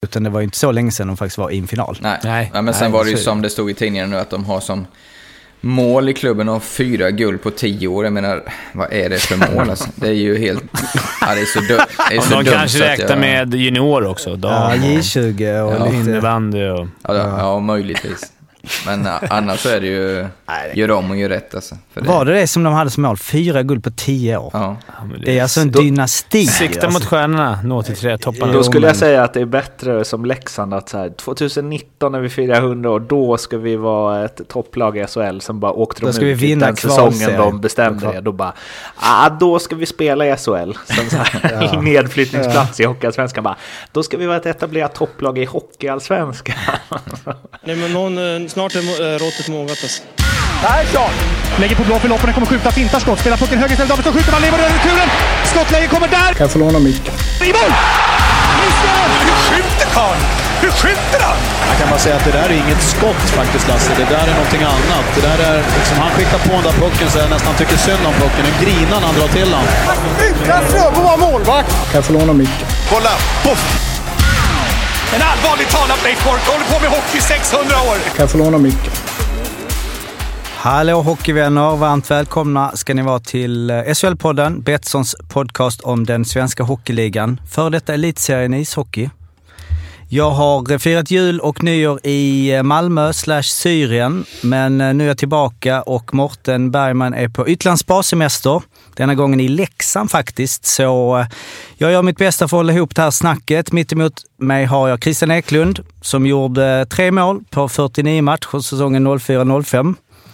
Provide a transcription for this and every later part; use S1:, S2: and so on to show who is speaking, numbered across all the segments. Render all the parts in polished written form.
S1: utan det var ju inte så länge sedan de faktiskt var i en final.
S2: Nej. Ja, men sen var det ju som det stod i tidningen nu att de har som mål i klubben av 4 guld på 10 år. Jag menar, vad är det för mål? Alltså? Det är ju helt... Ja, det är så dumt.
S3: De kanske räknar med junior också.
S1: J20 och
S3: innebandy och...
S2: Ja, möjligtvis. Men annars så är det ju gör om och gör rätt alltså,
S1: var det som de hade som mål? 4 guld på 10 år.
S2: Ja.
S1: Det är alltså en dynasti.
S3: Sikta mot stjärnorna, nå till 3 topparna.
S4: Då skulle jag säga att det är bättre som Leksand att så här, 2019 när vi firar 100 år, då ska vi vara ett topplag i SHL som bara åkte de ut i den säsongen de bestämde det. Då bara, då ska vi spela i SHL som så här, nedflyttningsplats i Hockeyallsvenskan bara, då ska vi vara ett etablerat topplag i Hockeyallsvenskan.
S5: Nej, men snart är råttet mångat alltså.
S6: Persson lägger på blå för loppen, kommer skjuta, fintar skott, spelar pucken höger istället, Davidsson skjuter, man lever över returen, skottläge kommer där.
S7: Kan jag få låna micken?
S6: I mål! Hur skjuter Karl? Hur skjuter han?
S7: Jag kan bara säga att det där är inget skott faktiskt, Lasse. Det där är någonting annat. Det där är liksom, han skickar på den där pucken så jag nästan tycker synd om pucken. En grinan han drar till han.
S6: Utan Fröbo var målvakt.
S7: Kan jag få låna micken?
S6: Kolla, poff! En allvarligt talat Blake Bork håller på med hockey 600 år.
S7: Kan jag få låna micken?
S1: Hallå hockeyvänner, varmt välkomna ska ni vara till SHL-podden, Betssons podcast om den svenska hockeyligan. För detta elitserien i ishockey. Jag har firat jul och nyår i Malmö/Syrien, men nu är jag tillbaka och Morten Bergman är på utlandsbassemester. Denna gången i Leksand faktiskt, så jag gör mitt bästa för att hålla ihop det här snacket. Mitt emot mig har jag Christian Eklund som gjorde 3 mål på 49 matcher säsongen 04-05.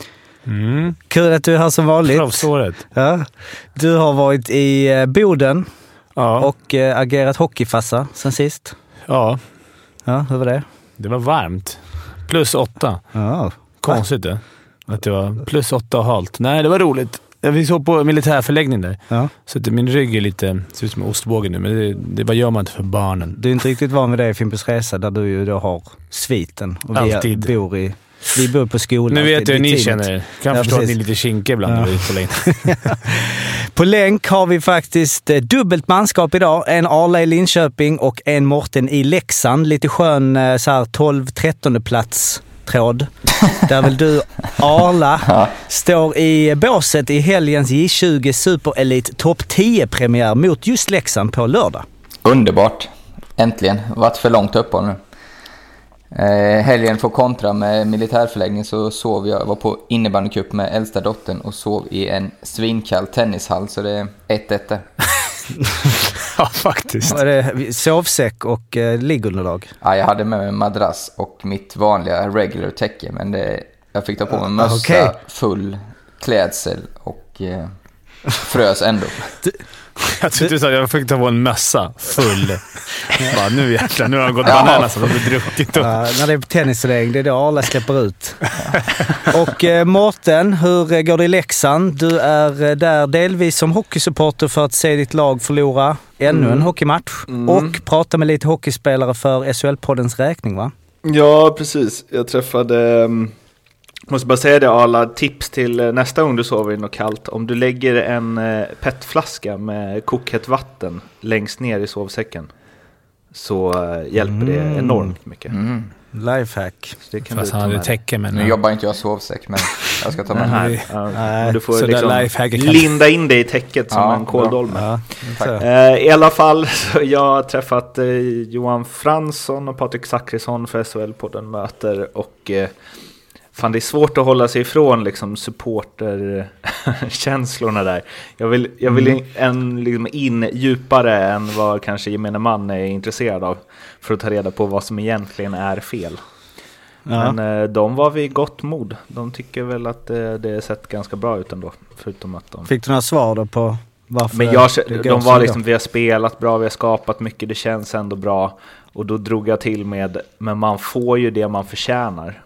S1: Kul att du är här som vanligt. Ja. Du har varit i Boden och agerat hockeyfassa sen sist.
S3: Ja,
S1: hur var det?
S3: Det var varmt. +8.
S1: Ja.
S3: Konstigt det. Att det var +8 och halt. Nej, det var roligt. Vi såg på militärförläggning där. Ja. Så att min rygg är lite, ser ut som en ostbåge nu. Men det vad gör man inte för barnen?
S1: Du är inte riktigt van vid det i Fimpens Resa där du ju då har sviten. Och vi bor på skolan.
S3: Nu vet jag hur ni känner. Kan förstå att ni är lite kinka ibland. På
S1: länk har vi faktiskt dubbelt manskap idag. En Arla i Linköping och en Morten i Leksand. Lite skön så här 12-13 plats tråd. Där väl du, Arla, står i båset i helgens J20 Super Elite Top 10-premiär mot just Leksand på lördag.
S2: Underbart. Äntligen. Varit för långt uppehåll nu. Helgen får kontra med militärförläggning så sov jag, var på innebandycup med äldsta dottern och sov i en svinkall tennishall, så det är 1-1.
S3: Ja, faktiskt.
S1: Var det sovsäck och liggunderlag?
S2: Ja, jag hade med mig madrass och mitt vanliga regular täcke, men jag fick ta på mig mössa, full klädsel och frös ändå.
S3: Jag tyckte så att jag fick ta på en mössa full. Bara, nu jäklar, nu har jag gått bananas så de har druckit.
S1: När det är tennisregn, det är då alla släpper ut. Och Morten, hur går det i Leksand? Du är där delvis som hockeysupporter för att se ditt lag förlora ännu en hockeymatch. Och prata med lite hockeyspelare för SHL-poddens räkning, va?
S4: Ja, precis. Jag träffade... Måste bara säga det, alla tips till nästa gång du sover i något kallt. Om du lägger en petflaska med kokhett vatten längst ner i sovsäcken så hjälper det enormt mycket.
S1: Lifehack.
S3: Fast han hade täcke, men
S2: nu jobbar inte jag sovsäck, men jag ska ta med
S4: här. Du får liksom linda in dig i täcket som en kåldolme. I alla fall, så jag har träffat Johan Fransson och Patrik Zackrisson för SHL-podden möter och... Fan, det är svårt att hålla sig ifrån liksom supporterkänslorna där. Jag vill liksom in djupare än vad kanske gemene man är intresserad av för att ta reda på vad som egentligen är fel. Ja. Men de var vid gott mod. De tycker väl att det sett ganska bra ut ändå, förutom att de...
S1: Fick du några svar då på varför?
S4: Men de var liksom, vi har spelat bra, vi har skapat mycket, det känns ändå bra. Och då drog jag till med, men man får ju det man förtjänar.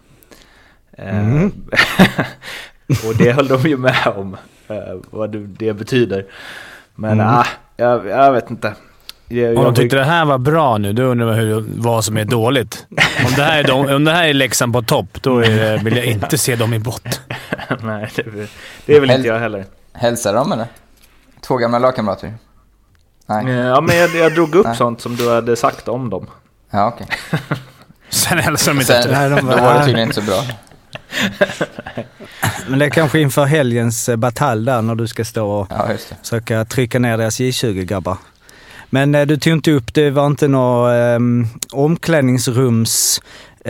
S4: Och det höll de ju med om, vad det betyder. Men jag vet inte.
S3: Om de tyckte det här var bra nu, då undrar jag vad som är dåligt. Om det här är Leksand på topp, då vill jag inte se dem i bott.
S4: Nej, det är väl inte jag heller.
S2: Hälsar de eller? 2 gamla lagkamrater?
S4: Nej. Ja, men jag drog upp sånt som du hade sagt om dem.
S2: Ja, okej.
S3: Sen hälsar de inte.
S2: Då var det tydligen inte så bra.
S1: Men det är kanske inför helgens batalj där när du ska stå och försöka trycka ner deras J20-grabbar. Men du tog inte upp, det var inte någon omklädningsrums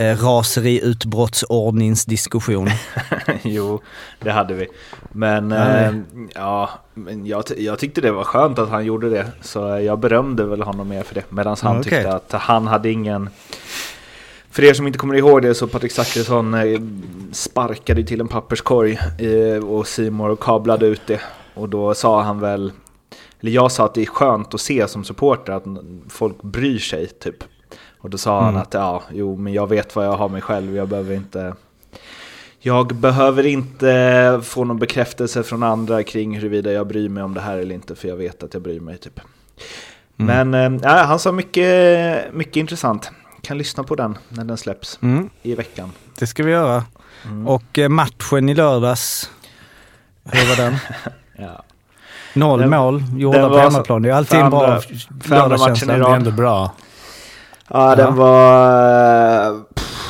S1: raseriutbrottsordningsdiskussion.
S4: Jo, det hade vi. Men men jag tyckte det var skönt att han gjorde det. Så jag berömde väl honom mer för det. Medan han tyckte att han hade ingen... För er som inte kommer ihåg det, så Patrik Zackrisson sparkade till en papperskorg och Simor kablade ut det. Och då sa han väl... Eller jag sa att det är skönt att se som supporter att folk bryr sig typ. Och då sa han att men jag vet vad jag har mig själv. Jag behöver inte få någon bekräftelse från andra kring huruvida jag bryr mig om det här eller inte. För jag vet att jag bryr mig typ. Men han sa mycket intressant. Kan lyssna på den när den släpps i veckan.
S1: Det ska vi göra. Och matchen i lördags, hur var den? 0 mål gjorda på hemmaplan. Det är alltid en bra lördagskänsla.
S3: Det är ändå bra.
S4: Ja, den var...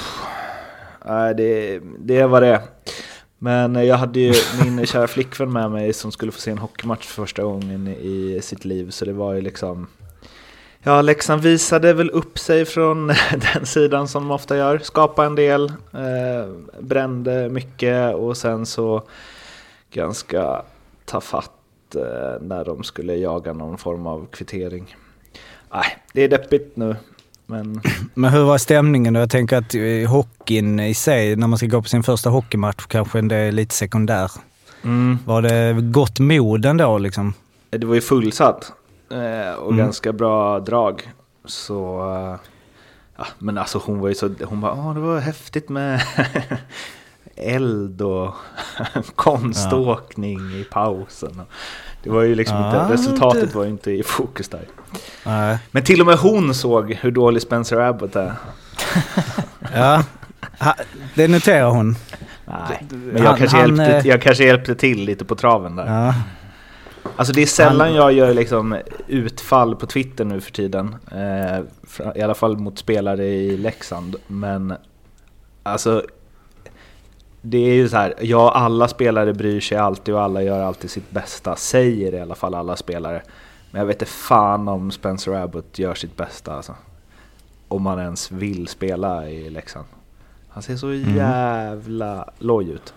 S4: det var det. Men jag hade ju min kära flickvän med mig som skulle få se en hockeymatch för första gången i sitt liv. Så det var ju liksom... Ja, Leksand visade väl upp sig från den sidan som de ofta gör. Skapa en del, brände mycket och sen så ganska tafatt när de skulle jaga någon form av kvittering. Nej, det är deppigt nu.
S1: Men hur var stämningen då? Jag tänker att hockeyn i sig, när man ska gå på sin första hockeymatch, kanske det är lite sekundär. Var det gott mod ändå liksom?
S4: Det var ju fullsatt och ganska bra drag. Så men alltså hon bara, det var häftigt med eld och konståkning i pausen. Det var ju liksom inte, resultatet var ju inte i fokus där. Men till och med hon såg hur dålig Spencer Abbott är.
S1: Ja, det noterar hon.
S4: Nej, men jag kanske hjälpte till lite på traven där.
S1: Ja.
S4: Alltså det är sällan jag gör liksom utfall på Twitter nu för tiden. I alla fall mot spelare i Leksand. Men alltså... Det är ju så här, alla spelare bryr sig alltid och alla gör alltid sitt bästa, säger i alla fall alla spelare. Men jag vet inte fan om Spencer Abbott gör sitt bästa alltså. Om man ens vill spela i Leksand. Han ser så jävla loj ut.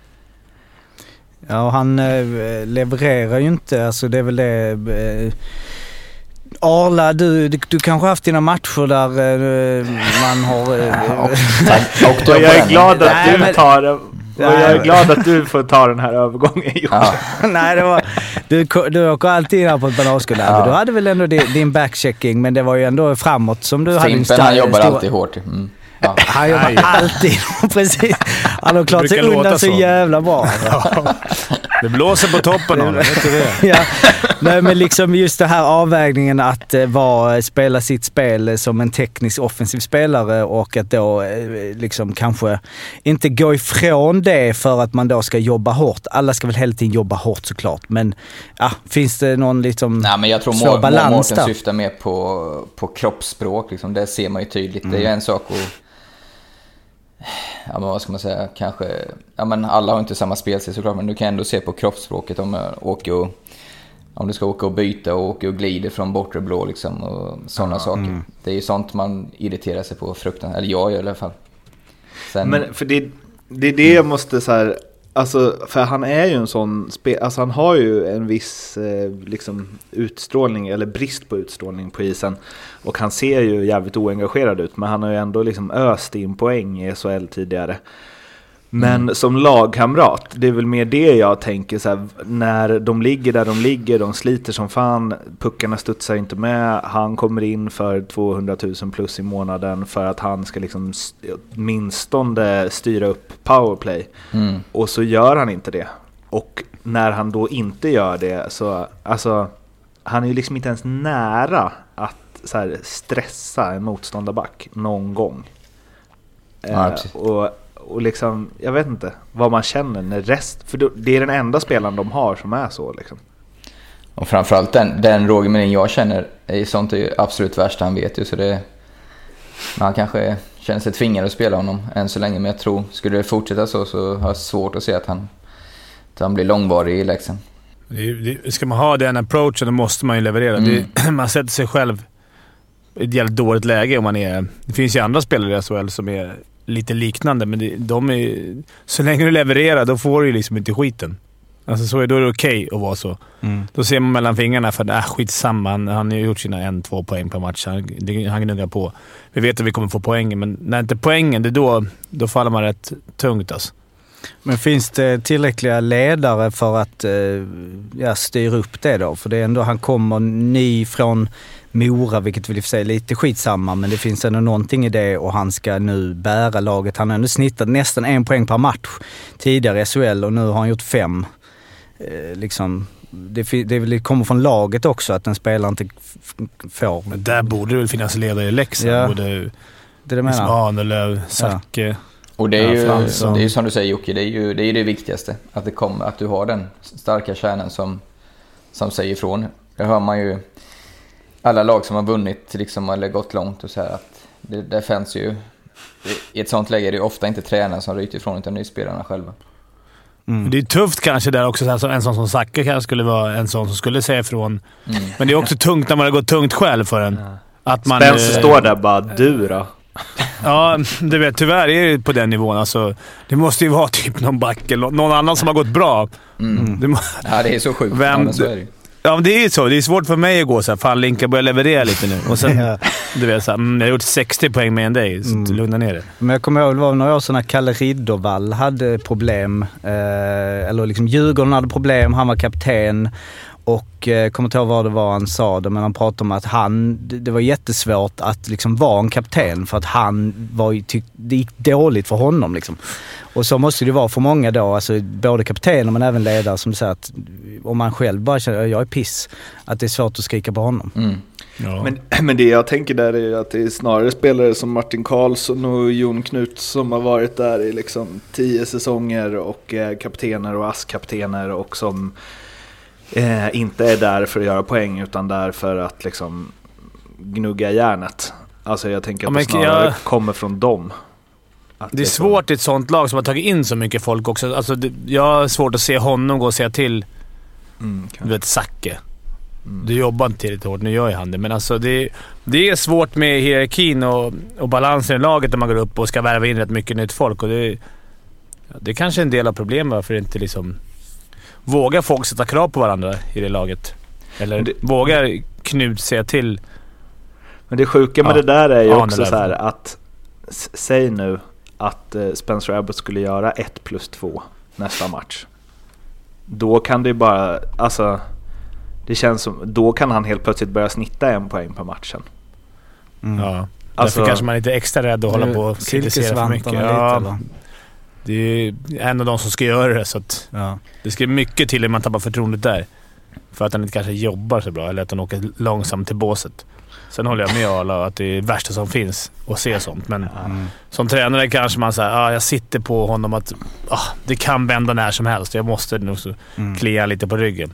S1: Ja, han levererar ju inte, alltså det är väl det... Arla, du kanske haft dina matcher där man har...
S4: jag är glad att du tar det. Jag är glad att du får ta den här övergången.
S1: Nej, det var... Du åker alltid in här på ett bananskål. Ja. Du hade väl ändå din backchecking, men det var ju ändå framåt som du hade.
S2: Fimpen, han jobbar alltid hårt.
S1: Ja. Han jobbar alltid, precis. Han har klart sig undan så jävla bra.
S3: Ja. Det blåser på toppen av det, vet du det?
S1: Ja. Nej, men liksom just det här avvägningen att spela sitt spel som en teknisk offensiv spelare och att då liksom kanske inte gå ifrån det för att man då ska jobba hårt. Alla ska väl hela tiden jobba hårt såklart, men finns det någon liksom...
S2: Nej, men jag tror Mårten syftar mer på kroppsspråk liksom. Det ser man ju tydligt. Det är ju en sak att... Ja, men vad ska man säga, kanske, men alla har inte samma spelstil såklart, men du kan ändå se på kroppsspråket om du ska åka och byta och åka och glida från bortre blå liksom, och sådana saker. Det är ju sånt man irriterar sig på fruktan, eller jag gör i alla fall.
S4: Men för det är det jag måste så här, alltså, för han är ju en sån alltså han har ju en viss liksom utstrålning eller brist på utstrålning på isen, och han ser ju jävligt oengagerad ut, men han har ju ändå liksom öst in poäng i SHL tidigare. Men som lagkamrat, det är väl mer det jag tänker så här, när de ligger där de ligger, de sliter som fan, puckarna studsar inte med, han kommer in för 200 000 plus i månaden för att han ska liksom åtminstone styra upp powerplay, och så gör han inte det. Och när han då inte gör det, så alltså, han är ju liksom inte ens nära att så här, stressa en motståndarback någon gång. Och liksom, jag vet inte vad man känner när för det är den enda spelaren de har som är så liksom.
S2: Och framförallt den Roger Melin jag känner är sånt är ju absolut värsta han vet ju, så det han kanske känner sig tvingad att spela honom än så länge. Men jag tror, skulle det fortsätta så har jag svårt att se att han blir långvarig i Leksand.
S3: Ska man ha den approachen då måste man ju leverera. Man sätter sig själv i ett jävligt dåligt läge om man är... Det finns ju andra spelare i SHL som är lite liknande, men de är... Så länge du levererar, då får du ju liksom inte skiten. Alltså då är det okej att vara så. Då ser man mellan fingrarna för att skitsamma. Han har ju gjort sina 1-2 poäng per match. Han gnuggar på. Vi vet att vi kommer få poäng, men när inte poängen, det är då faller man rätt tungt alltså.
S1: Men finns det tillräckliga ledare för att styra upp det då? För det är ändå, han kommer ny från Mora, vilket vill säga lite skitsamma, men det finns ändå någonting i det och han ska nu bära laget. Han har ändå snittat nästan 1 poäng per match tidigare i SHL och nu har han gjort 5. Det kommer från laget också att en spelare inte får...
S3: Men där borde det väl finnas ledare i Leksand.
S1: Ja,
S3: både
S1: det menar.
S3: Ahnelöv, Zacke...
S2: Ja. Och det är ju som du säger Jocke, det är det viktigaste. Att du har den starka kärnan som säger ifrån. Det hör man ju alla lag som har vunnit liksom, eller gått långt och så här, att det fanns ju... I ett sånt läge är det ofta inte tränaren som ryter ifrån utan nyspelarna själva.
S3: Det är tufft kanske där också. Så en sån som Zacke kanske skulle vara en sån som skulle säga ifrån. Men det är också tungt när man har gått tungt själv för en. Att man
S4: Spencer står där bara, du då?
S3: Ja, du vet, tyvärr är det på den nivån. Alltså, det måste ju vara typ någon back eller någon annan som har gått bra.
S2: Ja, det är så sjukt.
S3: Ja, men det är så. Det är svårt för mig att gå så här. Fan, Linka börjar leverera lite nu. Och sen, du vet, så här, jag har gjort 60 poäng med en dag, så lugna ner det.
S1: Men jag kommer ihåg, det var några år sedan när Kalle Riddervall hade problem. Eller liksom Djurgården hade problem. Han var kapten. Och kommer inte ihåg vad det var han sa det, men han pratade om att det var jättesvårt att liksom vara en kapten för att det gick dåligt för honom liksom. Och så måste det vara för många då, alltså både kaptener men även ledare, som säger att om man själv bara känner att jag är piss, att det är svårt att skrika på honom.
S4: Ja. Men det jag tänker där är att det är snarare spelare som Martin Karlsson och Jon Knut som har varit där i liksom 10 säsonger och kaptener och askkaptener och som inte är där för att göra poäng utan där för att liksom gnugga järnet. Alltså jag tänker att det snarare kommer från dem.
S3: Det är svårt i ett sånt lag som har tagit in så mycket folk också. Alltså jag har svårt att se honom gå och säga till du vet, Zacke. Du jobbar inte tillräckligt hårt, nu gör jag han det. Men alltså det är svårt med hierarkin och balansen i laget när man går upp och ska värva in rätt mycket nytt folk. Och det är kanske en del av problemet varför inte liksom vågar folk sätta krav på varandra i det laget. Eller vågar Knut säga till.
S4: Men det sjuka med det där är ju också så här att säg nu att Spencer Abbott skulle göra 1+2 nästa match. Då kan det bara, alltså det känns som, då kan han helt plötsligt börja snitta 1 poäng per matchen.
S3: Ja, därför kanske man är lite extra rädd att hålla på och kritisera för mycket. Ja, det är en av de som ska göra det, så att det ska mycket till när man tappar förtroendet där. För att han inte kanske jobbar så bra eller att han åker långsamt till båset. Sen håller jag med alla att det är det värsta som finns att se sånt. Men som tränare kanske man säger jag sitter på honom att det kan vända när som helst. Jag måste nog så klia lite på ryggen.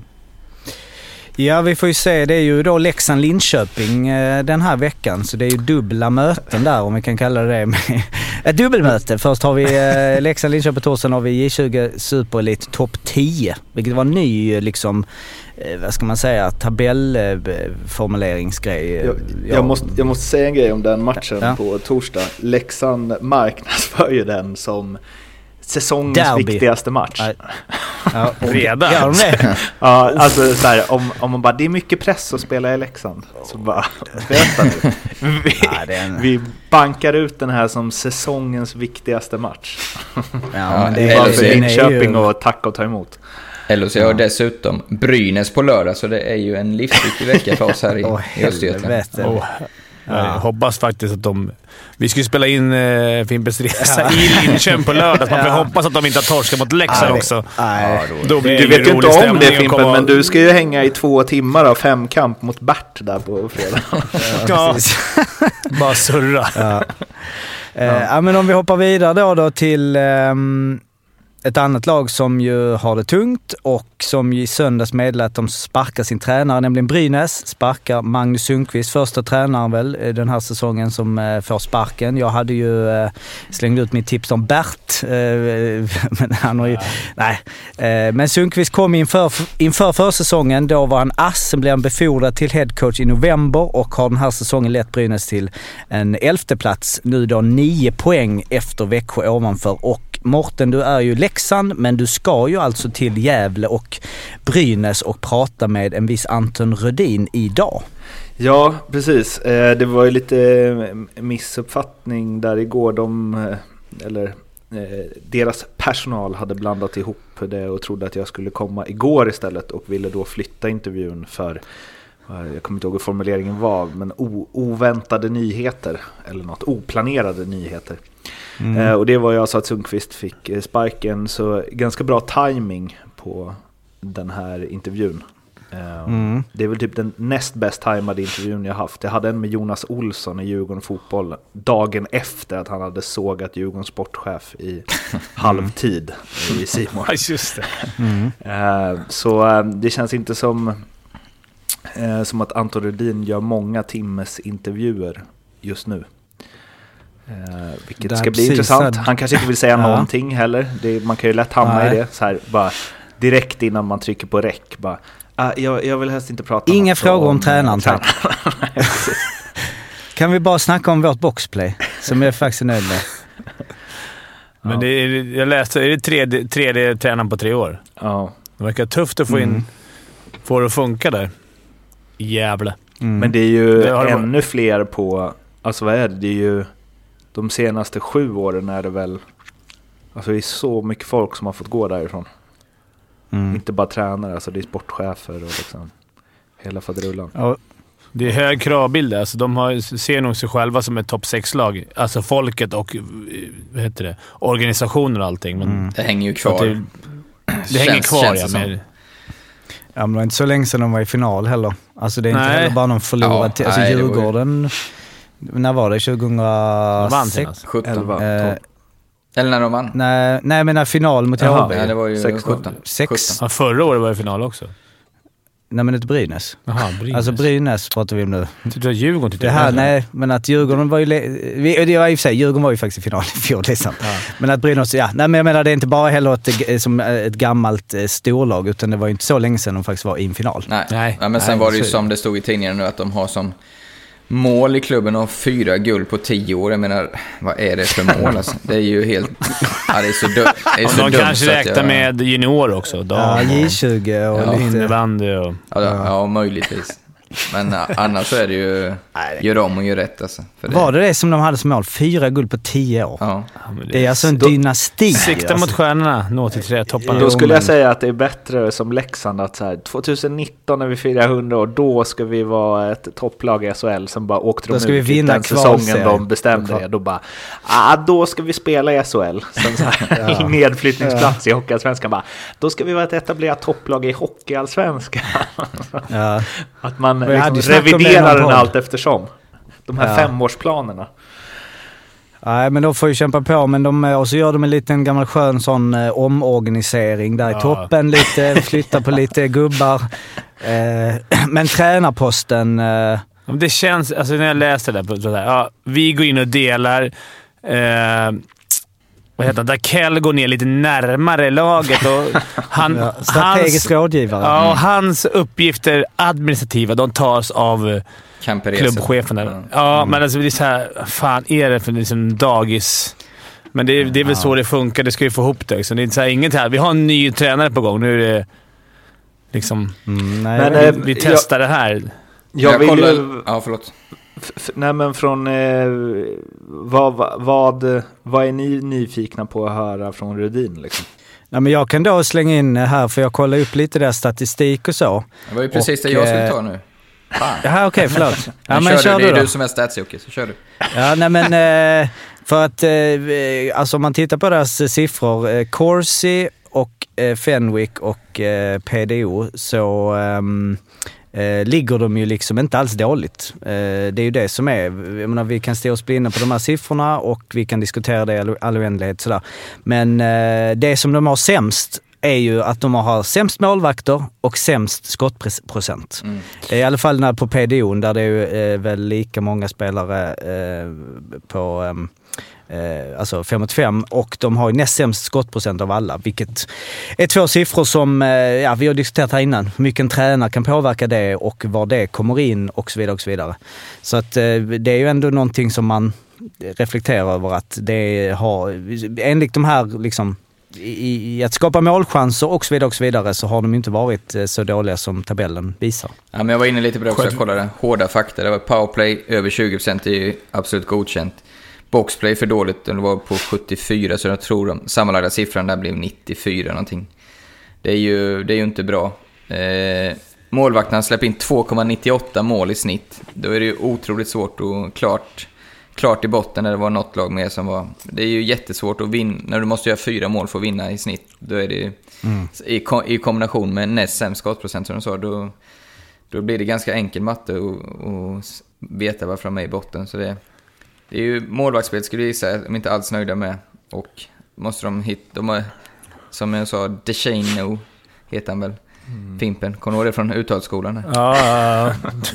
S1: Ja, vi får ju se. Det är ju då Leksand-Linköping den här veckan. Så det är ju dubbla möten där, om vi kan kalla det med. Ett dubbelmöte. Först har vi Leksand-Linköping, torsdagen har vi J20 Superelit topp 10. Vilket var ny liksom, vad ska man säga, tabellformuleringsgrej.
S4: Jag måste säga en grej om den matchen på torsdag. Leksand marknadsför ju den som säsongens viktigaste match.
S3: Redan.
S4: Ja, alltså så här, om man bara, det är mycket press att spela i Leksand, så bara vänta nu. Vi bankar ut den här som säsongens viktigaste match.
S1: Men
S4: det är bara för Linköping och tacka och ta emot.
S2: Eller så har dessutom Brynäs på lördag, så det är ju en livsviktig vecka för oss här i Östergötland.
S3: Jag hoppas faktiskt att vi skulle spela in Fimpens Resa i Linköping på lördag. Man får hoppas att de inte har torskat mot Leksand också.
S4: Du vet ju inte om det, Fimpen, men du ska ju hänga i 2 timmar av 5 kamp mot Bert där på fredag.
S3: Bara surra.
S1: Men om vi hoppar vidare då till ett annat lag som ju har det tungt och som i söndags meddelade att de sparkar sin tränare, nämligen Brynäs. Sparkar Magnus Sundqvist, första tränaren väl den här säsongen som får sparken. Jag hade ju slängt ut mitt tips om Bert, men han har ju... Nej. Men Sundqvist kom inför försäsongen, då var han ass, sen blev han befordrad till headcoach i november och har den här säsongen lett Brynäs till en 11:e plats. Nu då 9 poäng efter Växjö ovanför. Och Morten, du är ju Leksand, men du ska ju alltså till Gävle och Brynäs och prata med en viss Anton Rödin idag.
S4: Ja, precis. Det var ju lite missuppfattning där igår. Deras personal hade blandat ihop det och trodde att jag skulle komma igår istället och ville då flytta intervjun för, jag kommer inte ihåg hur formuleringen var, men oväntade nyheter eller något, oplanerade nyheter. Och det var ju alltså att Sundqvist fick sparken, så ganska bra timing på den här intervjun. Det är väl typ den näst bäst tajmade intervjun jag haft. Jag hade en med Jonas Olsson i Djurgården Fotboll dagen efter att han hade sågat Djurgårdens sportchef i halvtid i Simon.
S3: Just det.
S4: Så det känns inte som att Anton Rödin gör många timmes intervjuer just nu. Vilket ska bli intressant. Han kanske inte vill säga någonting heller. Man kan ju lätt hamna i det så här, bara direkt innan man trycker på räck. Bara, jag vill helst inte prata.
S1: Inga frågor om tränaren. Kan vi bara snacka om vårt boxplay som jag är faktiskt nöjd med.
S3: Men jag läste, är det tredje tränaren på 3 år?
S4: Ja.
S3: Det verkar tufft att få det att funka där. Jävla.
S4: Men det är ju ännu fler på, alltså vad är det? Det är ju de senaste 7 åren är det väl, alltså det är så mycket folk som har fått gå därifrån. Inte bara tränare, alltså det är sportchefer och liksom hela faderullan.
S3: Ja, det är hög kravbild, alltså de ser nog sig själva som ett topp 6-lag. Alltså folket och organisationer och allting. Men
S2: det hänger ju kvar.
S3: Det hänger kvar, ja.
S1: Ja, men det var inte så länge sedan de var i final heller. Alltså det är inte heller bara någon förlorad alltså Djurgården, när var det? 2006?
S2: 17. Eller när de vann?
S1: Nej, men final mot HB.
S2: Ja, det var ju
S1: 6.
S3: Ja, förra året var det final också.
S1: Nej, men inte Brynäs.
S3: Aha, Brynäs.
S1: Alltså Brynäs pratar vi om nu.
S3: Du Djurgården
S1: det här, nej, men att Djurgården var ju... det var i och för sig, Djurgården var ju faktiskt i final i fjol, liksom. Ja. Men att Brynäs, nej, men jag menar, det är inte bara heller som ett gammalt storlag, utan det var ju inte så länge sedan de faktiskt var i en final.
S2: Nej. Ja, men sen var det ju som det stod i tidningen nu, att de har som mål i klubben av 4 guld på 10 år. Jag menar, vad är det för mål? Alltså? Det är ju helt... Ja, det är så dumt.
S3: De kanske räknar med junior också.
S1: J20 och lite
S3: innebandy och...
S2: Ja, möjligtvis. Men annars så är det ju gör om och gör rätt. Alltså,
S1: var det som de hade som mål? 4 guld på 10 år.
S2: Ja.
S1: Det är alltså en dynasti.
S3: Sikta mot stjärnorna, nå till 3 topparna.
S4: Då skulle jag säga att det är bättre som Leksand att så här, 2019 när vi firar 100 år, då ska vi vara ett topplag i SHL som bara åkte de ut den säsongen de bestämde det. Då bara, då ska vi spela i SHL. Som så här, nedflyttningsplats i Hockeyallsvenskan. Bara, då ska vi vara ett etablerat topplag i Hockeyallsvenskan. Att man liksom reviderar den allt eftersom. De här 5-årsplanerna.
S1: Nej, men de får ju kämpa på. Men och så gör de en liten gammal skön sån omorganisering där i toppen. Lite, flyttar på lite gubbar. Men tränarposten...
S3: Det känns, alltså när jag läste det, vi går in och delar... vad heter det? Där Kell går ner lite närmare laget och
S1: strategisk rådgivare.
S3: Ja, och hans uppgifter administrativa, de tas av klubbchefen där. Ja, men alltså det är så här, fan är det för liksom dagis? Men det är väl så det funkar, det ska ju få ihop det. Så det är inte så här, inget här. Vi har en ny tränare på gång, nu är det liksom vi testar det här.
S4: Jag vill
S2: ju... Ja, förlåt.
S4: Nej, men från vad är ni nyfikna på att höra från Rödin liksom?
S1: Nej, men jag kan då slänga in här, för jag kollar upp lite där statistik och så.
S2: Det var ju precis det jag skulle ta nu.
S1: Jaha, okej, förlåt.
S2: Men kör du, det är du som är statsjocke, så kör du.
S1: Ja, nej men för att alltså om man tittar på deras siffror, Corsi och Fenwick och PDO, så ligger de ju liksom inte alls dåligt. Det är ju det som är, jag menar, vi kan stå och spinna på de här siffrorna och vi kan diskutera det i all oändlighet sådär. Men det som de har sämst är ju att de har sämst målvakter och sämst skottprocent. I alla fall på PDO, där det är väl lika många spelare på alltså 5-5, och de har ju näst sämst skottprocent av alla, vilket är 2 siffror som vi har diskuterat här innan. Hur mycket en tränare kan påverka det och var det kommer in och så vidare och så vidare. Så att det är ju ändå någonting som man reflekterar över, att det har, enligt de här liksom i att skapa målchanser och så vidare, så har de inte varit så dåliga som tabellen visar.
S2: Ja, men jag var inne lite på det också, jag kollade hårda fakta. Det var powerplay över 20%, är ju absolut godkänt. Boxplay för dåligt, det var på 74, så jag tror de sammanlagda siffran där blev 94 någonting. Det är ju inte bra. Målvakterna släpper in 2,98 mål i snitt. Då är det ju otroligt svårt och klart i botten när det var något lag med som var... Det är ju jättesvårt att vinna, när du måste göra 4 mål för att vinna i snitt. Då är det i kombination med näst sämst skottprocent, som de sa, då blir det ganska enkel matte att veta varför de är i botten. Så det är ju målvaktsspel, skulle jag gissa, de är inte alls nöjda med. Och måste de hitta... De har, som jag sa, DeShano heter han väl. Fimpen, kommer du ihåg det från uttalsskolan?
S3: Ja,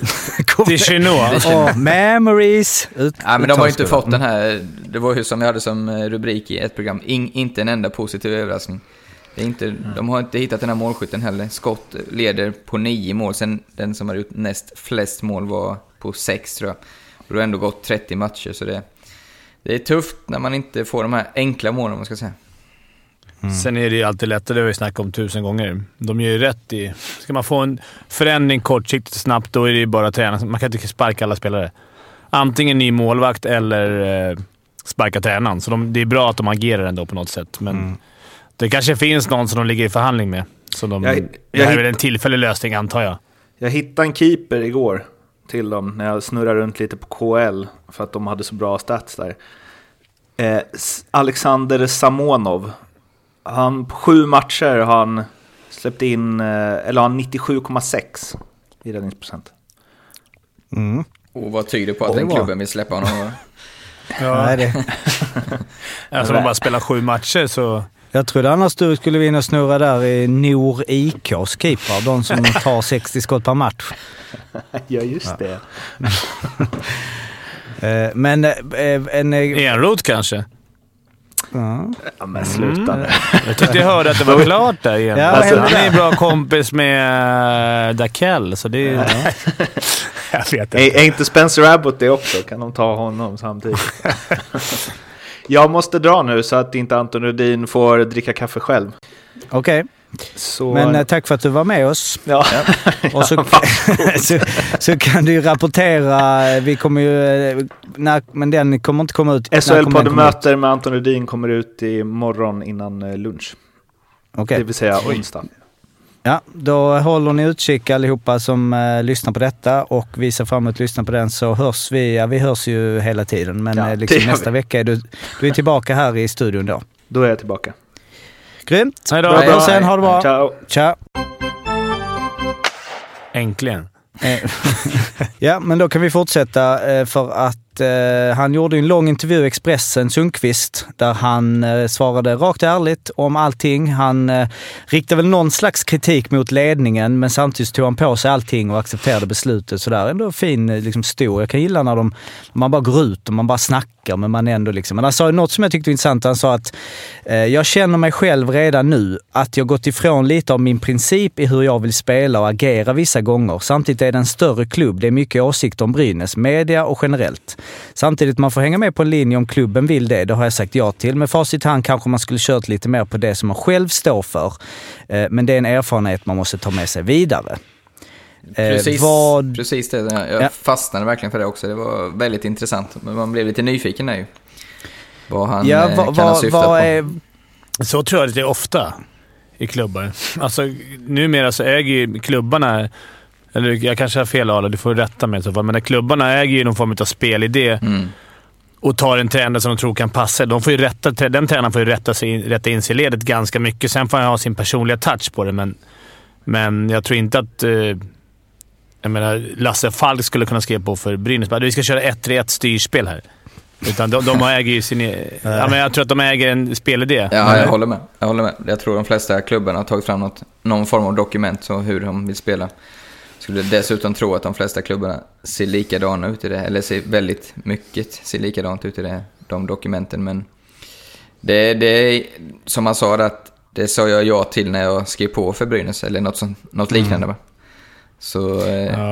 S1: DeShano. Memories.
S2: Ja, men de har ju inte fått den här... Det var ju som jag hade som rubrik i ett program. Inte en enda positiv överraskning. Det är inte, de har inte hittat den här målskytten heller. Skott leder på 9 mål. Sen den som har gjort näst flest mål var på 6, tror jag. Och det har ändå gått 30 matcher, så det är tufft när man inte får de här enkla målen, man ska säga.
S3: Sen är det ju alltid lättare, det har vi snackat om 1000 gånger. De gör ju rätt i... Ska man få en förändring kortsiktigt snabbt, då är det ju bara att träna. Man kan inte sparka alla spelare. Antingen ny målvakt eller sparka tränaren. Så det är bra att de agerar ändå på något sätt. Men det kanske finns någon som de ligger i förhandling med. Så det här är väl en tillfällig lösning, antar jag.
S4: Jag hittade en keeper igår till dem när jag snurrade runt lite på KL, för att de hade så bra stats där. Alexander Samonov. Han på 7 matcher har han släppt in, eller han 97,6 i räddningsprocent.
S2: Och vad tyder på att den klubben vill släppa honom?
S1: Ja, det.
S3: Alltså de bara spelar 7 matcher, så...
S1: Jag trodde annars du skulle vinna snurra där i Nor IKs keeper, de som tar 60 skott per match.
S4: Ja, just det.
S1: Men
S3: Enroth kanske?
S4: Ja, men sluta.
S3: Jag tyckte jag hörde att det var klart där igen. Ja, alltså, han är en bra kompis med Dakell, så det är... Jag vet inte.
S4: Är inte Spencer Abbott det också? Kan de ta honom samtidigt? Jag måste dra nu så att inte Anton Rudin får dricka kaffe själv.
S1: Okej. Men tack för att du var med oss.
S4: Ja.
S1: Och så kan du ju rapportera. Vi kommer ju... men den kommer inte komma ut.
S4: SHL-podden möter med Anton Rudin kommer ut i morgon innan lunch.
S1: Okay.
S4: Det vill säga onsdag.
S1: Ja, då håller ni utkik allihopa som lyssnar på detta, och vi ser fram emot att lyssna på den, så hörs vi. Ja, vi hörs ju hela tiden, men liksom nästa vecka är du är tillbaka här i studion då.
S4: Då är jag tillbaka.
S1: Grymt.
S3: Hej då.
S1: Bra. Sen ha det bra.
S4: Ciao.
S1: Ciao.
S3: Äntligen.
S1: Ja, men då kan vi fortsätta, för att han gjorde en lång intervju i Expressen, Sundqvist, där han svarade rakt ärligt om allting. Han riktade väl någon slags kritik mot ledningen, men samtidigt tog han på sig allting och accepterade beslutet. Så där ändå fin, liksom stor. Jag kan gilla när man bara går ut och man bara snackar, men man ändå liksom... Men han sa något som jag tyckte var intressant. Han sa att jag känner mig själv redan nu att jag gått ifrån lite av min princip i hur jag vill spela och agera vissa gånger. Samtidigt är det en större klubb. Det är mycket åsikter om Brynäs, media och generellt. Samtidigt man får hänga med på en linje om klubben vill det. Det har jag sagt ja till. Med facit hand kanske man skulle kört lite mer på det som man själv står för. Men det är en erfarenhet man måste ta med sig vidare.
S2: Precis det. Jag fastnade verkligen för det också. Det var väldigt intressant. Men man blev lite nyfiken nu. Vad han kan ha syftat på.
S3: Så tror jag att det är ofta i klubbar. Alltså numera så äger ju klubbarna... Eller jag kanske har fel, Arla, du får rätta mig i så fall. Men när klubbarna äger ju någon form av spelidé och tar en tränare som de tror kan passa. Den tränaren får ju rätta in sig i ledet ganska mycket. Sen får han ha sin personliga touch på det. Men jag tror inte att jag menar, Lasse Falk skulle kunna skriva på för Brynäs. Vi ska köra 1-3-1 styrspel här. Utan de äger ju sin... ja, men jag tror att de äger en spelidé.
S2: Ja, jag håller med. Jag tror de flesta klubbarna har tagit fram någon form av dokument så hur de vill spela. Skulle dessutom tro att de flesta klubbarna ser likadana ut i det. Eller ser väldigt mycket ser likadant ut i de dokumenten. Men det är som man sa att det sa jag ja till när jag skrev på för Brynäs. Eller något liknande. Va? Så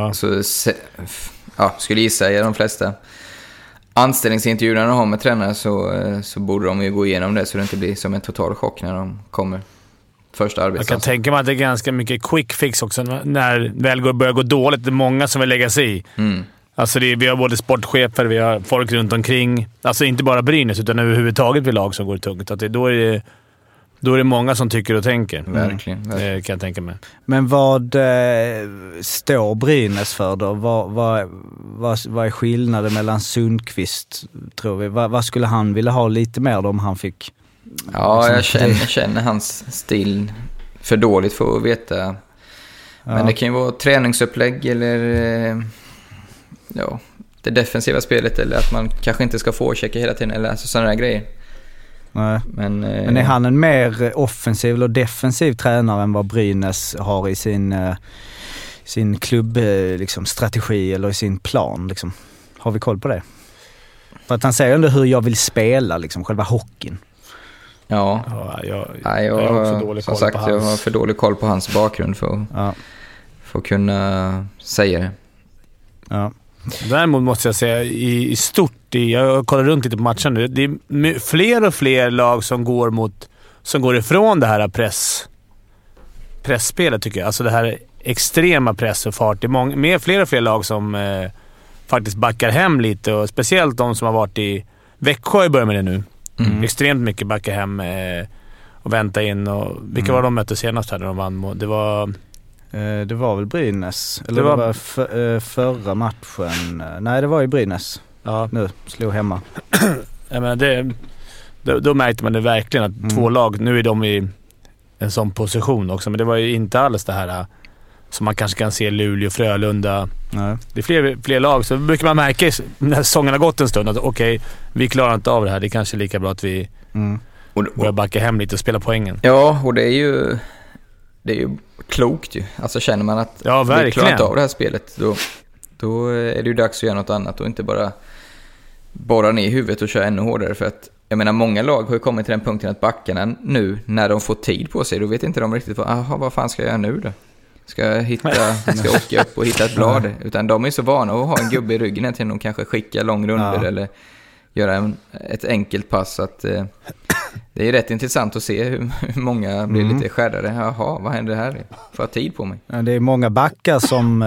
S2: skulle gissa i de flesta anställningsintervjuerna de har med tränare så borde de ju gå igenom det så det inte blir som en total chock när de kommer första arbetsdagen.
S3: Jag kan tänka mig att det är ganska mycket quick fix också när väl börjar gå dåligt. Det är många som vill lägga sig i. Alltså vi har både sportchefer, vi har folk runt omkring. Alltså inte bara Brynäs utan överhuvudtaget vid lag som går tungt. Att då är det många som tycker och tänker.
S2: Verkligen.
S3: Det kan jag tänka mig.
S1: Men vad står Brynäs för då? Vad är skillnaden mellan Sundqvist, tror vi? Vad skulle han vilja ha lite mer då om han fick...
S2: Ja, jag känner hans stil för dåligt för att veta. Men det kan ju vara träningsupplägg eller det defensiva spelet eller att man kanske inte ska få-checka hela tiden eller alltså sådana där grejer.
S1: Nej. Men är han en mer offensiv eller defensiv tränare än vad Brynäs har i sin klubb liksom, strategi eller i sin plan? Liksom? Har vi koll på det? För att han säger ändå hur jag vill spela, liksom, själva hockeyn.
S2: Ja, jag har också dålig koll på hans. Jag har för dålig koll på hans bakgrund för att kunna säga det. Ja.
S3: Däremot måste jag säga i stort, jag kollar runt lite på matchen nu, det är fler och fler lag som går ifrån det här pressspelet tycker jag. Alltså det här extrema press och fart. Det är fler och fler lag som faktiskt backar hem lite och speciellt de som har varit i Växjö i början med det nu. Extremt mycket backa hem och vänta in. Och vilka var de mötte senast här när de vann?
S1: Det var väl Brynäs. Eller det var förra matchen. Nej, det var ju Brynäs. Ja. Nu slog hemma.
S3: Jag menar, då märkte man det verkligen att två lag, nu är de i en sån position också. Men det var ju inte alls det här som man kanske kan se Luleå och Frölunda. Nej. Det är fler lag. Så brukar man märka när säsongen har gått en stund att okej, vi klarar inte av det här. Det är kanske lika bra att vi börjar backa hem lite och spela poängen.
S2: Ja, och det är ju klokt ju. Alltså känner man att vi klarar inte av det här spelet, då är det ju dags att göra något annat och inte bara borra ner i huvudet och köra ännu hårdare. För att, jag menar, många lag har ju kommit till den punkten att backarna nu, när de får tid på sig, då vet inte de riktigt vad fan ska jag göra nu då? Ska jag åka upp och hitta ett blad? Utan de är så vana att ha en gubbe i ryggen till de kanske skickar långrunder eller göra ett enkelt pass. Att, det är rätt intressant att se hur många blir lite skärrade. Jaha, vad händer här? Får jag tid på mig?
S1: Ja, det är många backar som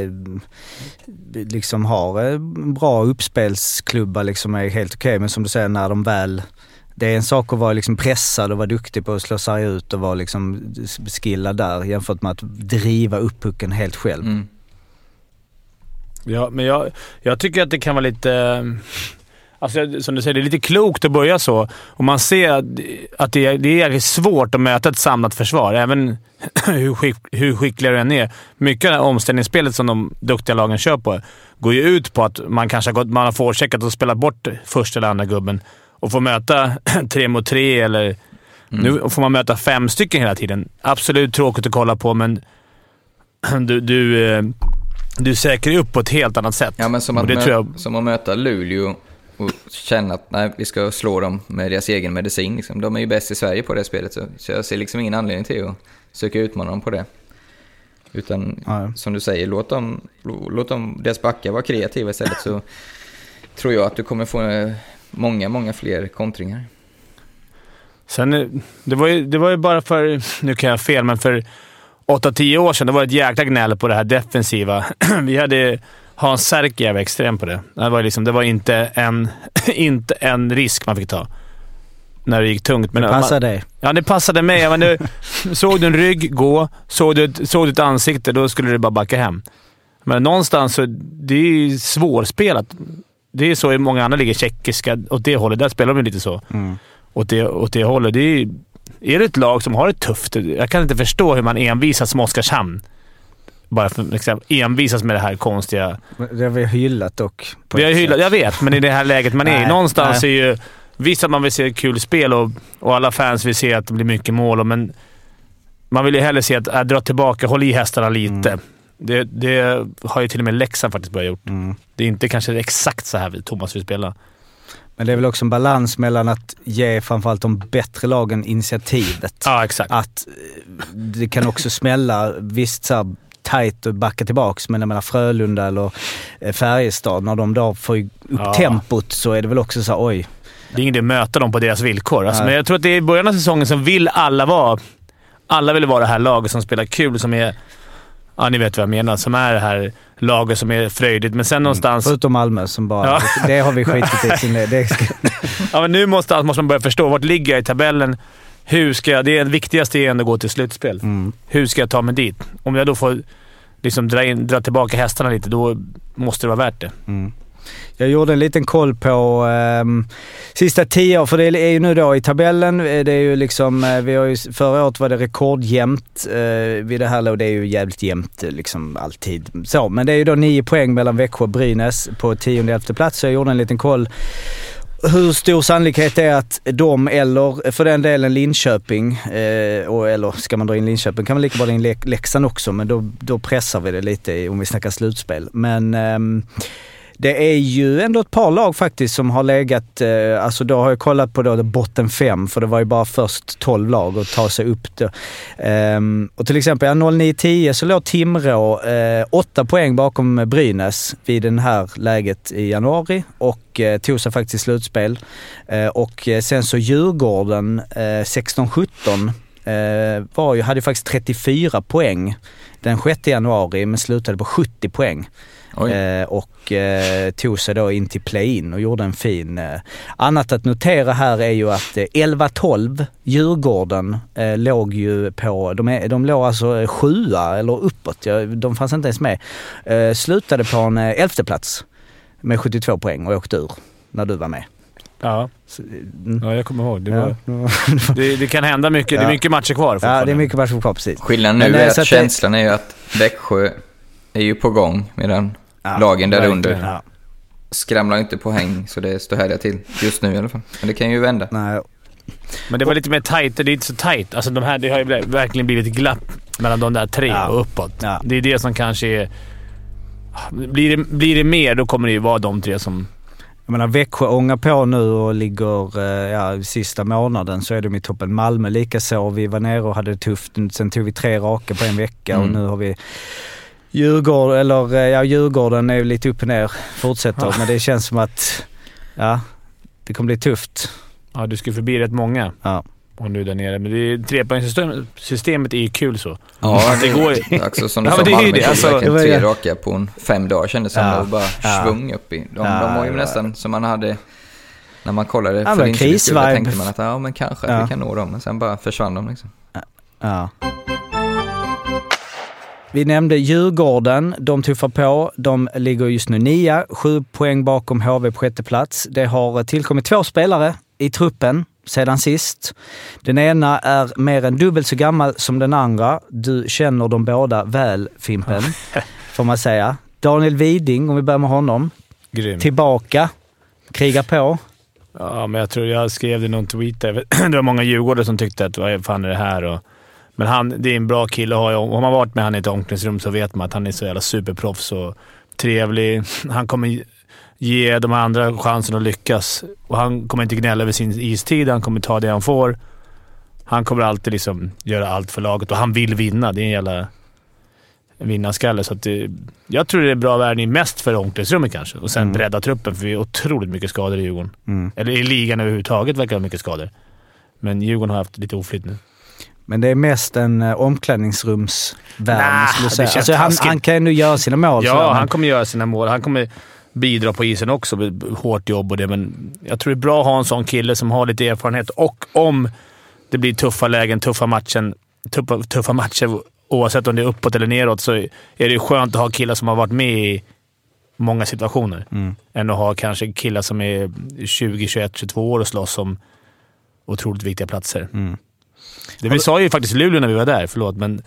S1: liksom har bra uppspelsklubbar, liksom är helt okej. Men som du säger, när de väl... Det är en sak att vara liksom pressad och vara duktig på att slå sig ut och vara liksom skillad där jämfört med att driva upp pucken helt själv.
S3: Ja, men jag tycker att det kan vara lite... Alltså, som du säger, det är lite klokt att börja så. Och man ser att det är svårt att möta ett samlat försvar. Även hur skickliga det än är. Mycket av omställningsspelet som de duktiga lagen kör på går ju ut på att man kanske man har forecheckat och spelat bort första eller andra gubben. Och får möta 3 mot 3 eller... Nu får man möta 5 stycken hela tiden. Absolut tråkigt att kolla på, men du säkrar upp på ett helt annat sätt.
S2: Ja, men som att möta Luleå och känna att nej, vi ska slå dem med deras egen medicin. Liksom. De är ju bäst i Sverige på det spelet, så jag ser liksom ingen anledning till att söka utmana dem på det. Utan som du säger, låt dem deras backar vara kreativa istället, så tror jag att du kommer få många fler kontringar.
S3: Sen, det var ju bara för, nu kan jag fel, men för 8-10 år sedan, det var ett jäkla gnäll på det här defensiva. Vi hade Hans Särkijärv extrem på det. Det var inte en risk man fick ta när det gick tungt. Men
S1: det passade dig.
S3: Ja, det passade mig. Men såg du en rygg gå, såg du ett ansikte, då skulle du bara backa hem. Men någonstans så det är svårspelat. Det är så i många andra ligger tjeckiska åt det hållet. Där spelar de lite så. Åt det hållet. Är det ett lag som har det tufft? Jag kan inte förstå hur man envisas som Oskarshamn bara för liksom, envisas med det här konstiga.
S1: Det har vi hyllat dock.
S3: Vi har hyllat, jag vet, men i det här läget man är någonstans är ju visst att man vill se ett kul spel och alla fans vill se att det blir mycket mål, men man vill ju hellre se att dra tillbaka, håll i hästarna lite. Det har ju till och med Leksand faktiskt börjat gjort. Det är inte kanske exakt så här Thomas vill spela.
S1: Men det är väl också en balans mellan att ge framförallt de bättre lagen initiativet.
S3: Ja, exakt.
S1: Att det kan också smälla visst så här tajt och backa tillbaks, men jag menar Frölunda eller Färjestad, när de då får upp tempot så är det väl också så här, oj.
S3: Det är inget att möta dem på deras villkor. Alltså, men jag tror att det är i början av säsongen som vill alla vill vara det här laget som spelar kul, som är, ja ni vet vad jag menar, som är det här laget som är fröjdigt, men sen någonstans...
S1: Förutom Malmö som bara, det har vi skitit i.
S3: Ja, men nu måste man börja förstå, vart ligger jag i tabellen? Hur ska jag, det viktigaste är ändå att gå till slutspel. Hur ska jag ta mig dit? Om jag då får liksom dra tillbaka hästarna lite, då måste det vara värt det.
S1: Jag gjorde en liten koll på sista 10 år, för det är ju nu då i tabellen, det är ju liksom, vi har ju, förra året var det rekordjämnt vid det här, och det är ju jävligt jämnt liksom alltid. Så, men det är ju då 9 poäng mellan Växjö och Brynäs på 10:e plats, så jag gjorde en liten koll. Hur stor sannolikhet är att de, eller för den delen Linköping, eller ska man dra in Linköping kan man lika bra dra in Leksand också, men då pressar vi det lite om vi snackar slutspel. Men det är ju ändå ett par lag faktiskt som har legat, alltså då har jag kollat på då botten 5, för det var ju bara först 12 lag att ta sig upp då. Och till exempel 09-10 så låg Timrå 8 poäng bakom Brynäs vid den här läget i januari och tog sig faktiskt slutspel. Och sen så Djurgården 16-17 hade faktiskt 34 poäng den 6 januari, men slutade på 70 poäng. Och tog sig då in till play-in och gjorde en fin. Annat att notera här är ju att 11-12 Djurgården låg ju på, de låg alltså 7:a eller uppåt, de fanns inte ens med. Slutade på en 11:e plats med 72 poäng och åkte ur när du var med.
S3: Ja, jag kommer ihåg. Det kan hända mycket. Det är mycket matcher kvar.
S1: Ja, det är mycket matcher kvar, precis.
S2: Skillnaden nu är att känslan är ju att Växjö är ju på gång medan lagen där under skramlar inte på häng, så det står härliga till just nu i alla fall. Men det kan ju vända.
S3: Nej. Men det var lite mer tajt, det är inte så tajt. Alltså det har ju verkligen blivit ett glapp mellan de där 3 och uppåt. Ja. Det är det som kanske är... Blir det mer, då kommer det ju vara de 3 som...
S1: Jag menar, Växjö ångar på nu och ligger sista månaden så är de i toppen. Malmö lika så. Vi var nere och hade det tufft. Sen tog vi 3 raka på en vecka och nu har vi Djurgården är ju lite upp och ner, fortsätter. Men det känns som att det kommer bli tufft.
S3: Ja, du ska förbi rätt många. Ja. Om du är där nere. Men det är 3-poängssystemet är ju kul så.
S2: Ja, det går ju. Också som du sa, Malmö det, alltså, 3 raka på 5 dagar kändes som att bara svung upp i. De var ju nästan som man hade när man kollade för Linköping, tänkte man att men kanske att vi kan nå dem, men sen bara försvann de liksom.
S1: Ja. Vi nämnde Djurgården, de tuffar på. De ligger just nu 9, 7 poäng bakom HV på 6:e plats. Det har tillkommit 2 spelare i truppen sedan sist. Den ena är mer än dubbelt så gammal som den andra. Du känner dem båda väl, Fimpen, får man säga. Daniel Widing, om vi börjar med honom.
S3: Grym.
S1: Tillbaka, krigar på.
S3: Ja, men jag tror jag skrev det i någon tweet. Det var många djurgårdare som tyckte att vad fan är det här? Men det är en bra kille att ha. Om man varit med han i ett omklädningsrum så vet man att han är så jävla superproffs och trevlig. Han kommer ge de andra chansen att lyckas. Och han kommer inte gnälla över sin istid. Han kommer ta det han får. Han kommer alltid liksom göra allt för laget. Och han vill vinna. Det är en jävla vinnarskalle. Så att jag tror det är bra värvning mest för omklädningsrummet kanske. Och sen bredda truppen, för vi är otroligt mycket skador i Djurgården. Eller i ligan överhuvudtaget verkar det mycket skador. Men Djurgården har haft lite oflytt nu.
S1: Men det är mest en omklädningsrumsvärvning, skulle jag säga. Alltså, han kan ju göra sina mål.
S3: Ja, han kommer göra sina mål. Han kommer bidra på isen också med hårt jobb och det. Men jag tror det är bra att ha en sån kille som har lite erfarenhet. Och om det blir tuffa lägen, tuffa matcher, oavsett om det är uppåt eller neråt, så är det skönt att ha killar som har varit med i många situationer. Än att ha kanske killar som är 20, 21, 22 år och slåss om otroligt viktiga platser. Det vi sa ju faktiskt Luleå när vi var där, men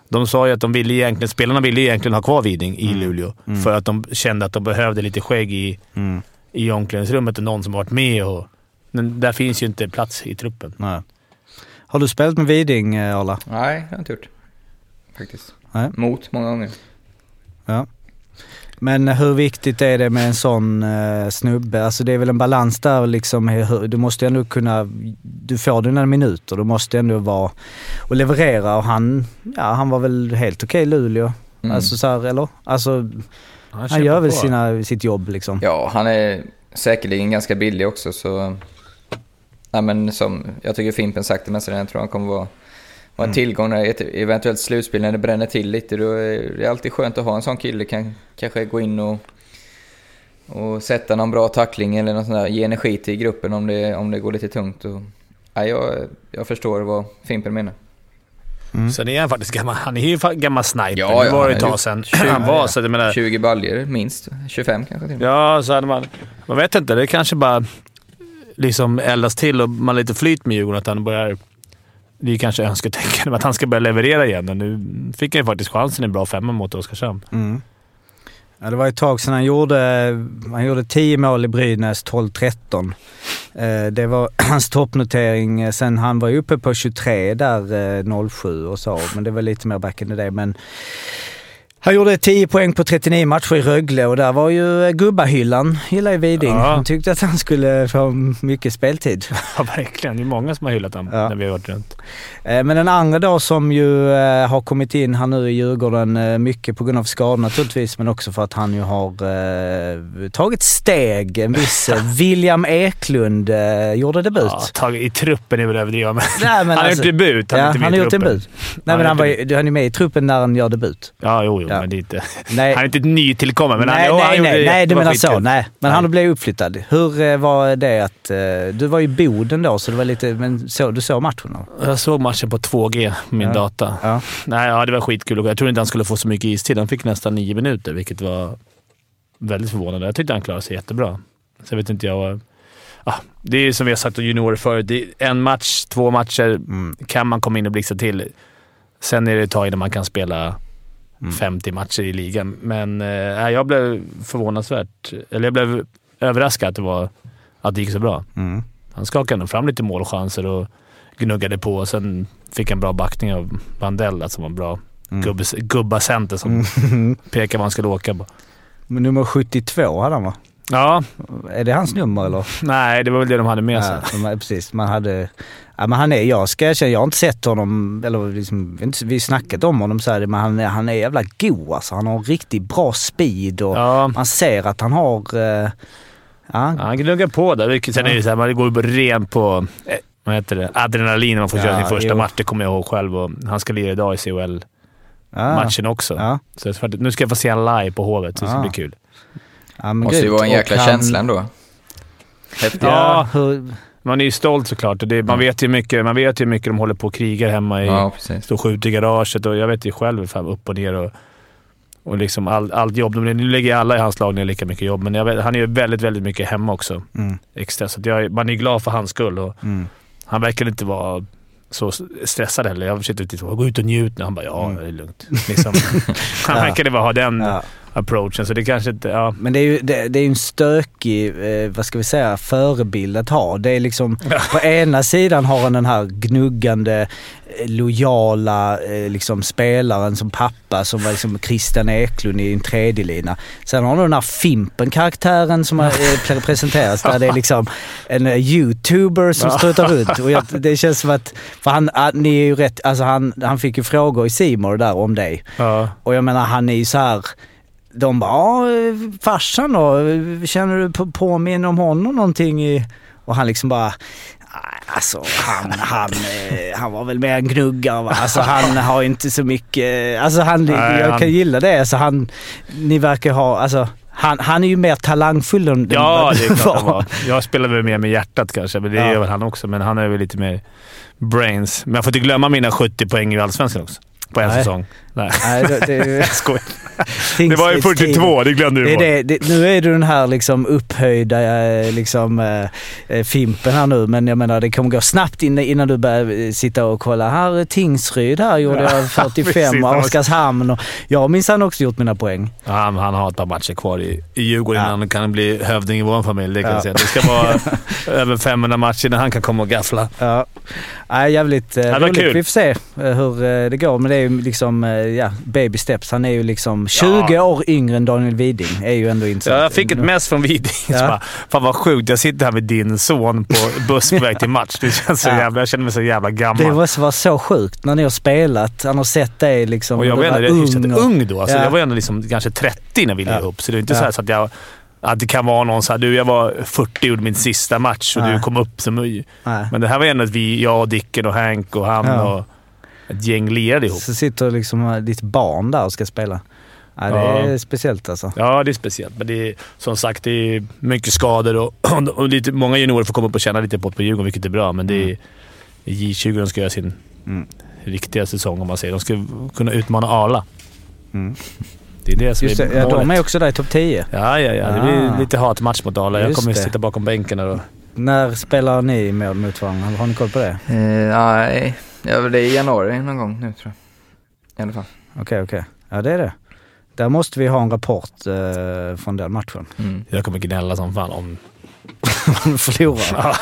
S3: De sa ju att spelarna ville egentligen ha kvar Widing i Luleå. För att de kände att de behövde lite skägg i omklädningsrummet och någon som varit med. Men där finns ju inte plats i truppen.
S1: Nej. Har du spelat med Widing, Arla?
S2: Nej, jag har inte gjort. Faktiskt.
S1: Nej.
S2: Mot många gånger.
S1: Ja. Men hur viktigt är det med en sån snubbe? Alltså det är väl en balans där liksom. Du måste ändå kunna... Du får dina minuter. Du måste ändå vara och leverera. Och han var väl helt okej Luleå. Alltså så här, eller? Alltså han gör väl sitt jobb liksom.
S2: Ja, han är säkerligen ganska billig också. Så... Ja, men som jag tycker Fimpen sagt det mesta, jag tror han kommer vara en tillgång när ett eventuellt slutspel när det bränner till lite. Då är det alltid skönt att ha en sån kille, kan kanske gå in och sätta någon bra tackling eller något sånt där, ge energi till gruppen om det går lite tungt. Och, ja, jag förstår vad Fimpen menar.
S3: Sen är han faktiskt gammal. Han är ju gammal sniper.
S2: Ja,
S3: det var ett tag sedan.
S2: 20 baljer minst, 25 kanske till.
S3: Ja, så hade man vet inte, det kanske bara liksom eldas till och man lite flyt med Djurgården att han börjar, det är kanske önsketänkande att han ska börja leverera igen. Men nu fick han ju faktiskt chansen i en bra 5 mot Oskarshamn.
S1: Ja, det var ett tag sedan han gjorde 10 mål i Brynäs, 12-13. Det var hans toppnotering. Sen han var uppe på 23 där 07 och så, men det var lite mer back in the day. Men han gjorde 10 poäng på 39 matcher i Rögle och där var ju gubbahyllan, gillar ju Widing. Han tyckte att han skulle få mycket speltid.
S3: Ja, verkligen. Det är många som har hyllat honom när vi har varit runt.
S1: Men den andra då som ju har kommit in här nu i Djurgården, mycket på grund av skador naturligtvis, men också för att han ju har tagit steg. En viss William Eklund gjorde debut.
S3: Ja, tagit i truppen är väl överdrivet. Men
S1: han
S3: har gjort debut. Han
S1: har gjort debut. Nej, men han är med i truppen när han gör debut.
S3: Ja, jo. Men det är inte... Nej. Han är inte ny tillkommen. Men
S1: nej, det menar så. Nej. Men han blev uppflyttad. Hur var det att... Du var i Boden då, så det var lite... Men du såg matchen då?
S3: Jag såg matchen på 2G på min data. Ja. Nej, det var skitkul. Jag trodde inte han skulle få så mycket istid. Han fick nästan 9 minuter, vilket var väldigt förvånande. Jag tyckte han klarade sig jättebra. Så jag vet inte, det är som vi har sagt om juniorer förut. Det är en match, 2 matcher kan man komma in och blixa till. Sen är det ett tag innan man kan spela 50 matcher i ligan. Men jag blev förvånansvärt... Eller jag blev överraskad att det gick så bra. Han skakade nog fram lite målchanser och gnuggade på. Och sen fick en bra backning av Bandell, som var en bra gubbacenter som pekar vad han skulle åka på.
S1: Men nummer 72 hade han, va?
S3: Ja.
S1: Är det hans nummer eller?
S3: Nej, det var väl det de hade med sig.
S1: Precis. Man hade... Ja, men jag har inte sett honom, eller liksom, vi snackat om honom så här, men han är jävla god alltså. Han har riktigt bra speed och man ser att han har...
S3: Han gnuggar på där. Sen är det så här, man går ju ren på adrenalin när man får köra sin första match. Det kommer jag ihåg själv. Och han ska lira idag i CHL-matchen också. Ja. Så nu ska jag få se en live på Hovet, så det blir kul.
S2: Ja, måste ju vara en jäkla känsla ändå.
S3: Man är ju stolt såklart. Man vet ju mycket de håller på och krigar hemma i står skjut i garaget, och jag vet ju själv upp och ner och liksom allt jobb. Nu lägger alla i hans lag ner lika mycket jobb, men han är ju väldigt, väldigt mycket hemma också. Extra, så man är glad för hans skull och han verkar inte vara så stressad heller. Jag försökte titta på, gå ut och njut nu. Han bara, det är lugnt. Liksom. Han verkar bara ha den approachen, så det kanske inte... Men
S1: det är ju en stökig, vad ska vi säga, förebild att ha. Det är liksom, på ena sidan har han den här gnuggande, lojala liksom spelaren som pappa, som var liksom Christian Eklund i en tredje lina. Sen har han den här Fimpen-karaktären som har presenterats, där det är liksom en YouTuber som stöter ut. Och det känns som att, för ni är ju rätt, alltså han fick ju frågor i Simor där om dig. Och jag menar, han är ju så här... De bara, farsan då, känner du påminner om honom någonting och han liksom bara, alltså han var väl mer en gnuggare, va? Alltså han har inte så mycket, alltså jag kan gilla det, alltså ni verkar ha, alltså han är ju mer talangfull än
S3: det är klart. Jag spelar väl mer med hjärtat kanske, men det gör väl han också, men han är väl lite mer brains. Men jag får inte glömma mina 70 poäng i Allsvenskan också på en säsong. Nej, jag skojar. Det var ju 42, det glömde du bort.
S1: Nu är du den här liksom upphöjda fimpen här nu, men jag menar det kommer gå snabbt innan du börjar sitta och kolla. Här är Tingsryd, här gjorde jag 45 och Oskarshamn. Och jag minns han också gjort mina poäng.
S3: Ja, han har ett par matcher kvar i Djurgården innan han kan bli hövding i vår familj. Det kan jag säga. Det ska vara över 500 matcher när han kan komma och gaffla.
S1: Ja, jävligt roligt. Vi får se hur det går, men det är ju liksom baby steps. Han är ju liksom 20 år yngre än Daniel Widing. Är ju ändå intressant.
S3: Ja, jag fick ett mess från Widing. Ja. Fan vad sjukt. Jag sitter här med din son på bussväg till match. Det känns så jävla, jag känner mig så jävla gammal.
S1: Det måste vara så sjukt när ni har spelat. Han har sett dig liksom.
S3: Och jag var ändå ung då. Alltså, jag var ändå liksom kanske 30 när vi lade upp. Så det är inte så att jag... Att det kan vara någon så här, jag var 40 och min sista match och du kom upp som ny. Men det här var ändå att jag och Dicken och Hank och han och ett gäng lirade ihop.
S1: Så sitter liksom ditt barn där och ska spela. Ja, det är speciellt alltså.
S3: Ja, det är speciellt. Men det är, som sagt, det är mycket skador och lite, många juniorer får komma upp och känna lite på Djurgården, vilket är bra. Men det är J20 ska göra sin riktiga säsong, om man säger. De ska kunna utmana Arla. Det är det som är målet.
S1: De är också där i topp 10.
S3: Ja. Det blir lite hatmatch mot Arla. Jag kommer sitta bakom bänken då.
S1: När spelar ni mot varandra? Har ni koll på det?
S2: Nej, det är i januari någon gång nu, tror jag. I alla fall.
S1: Okej. Ja, det är det. Där måste vi ha en rapport från den matchen.
S3: Jag kommer gnälla som fan om
S1: förlorar.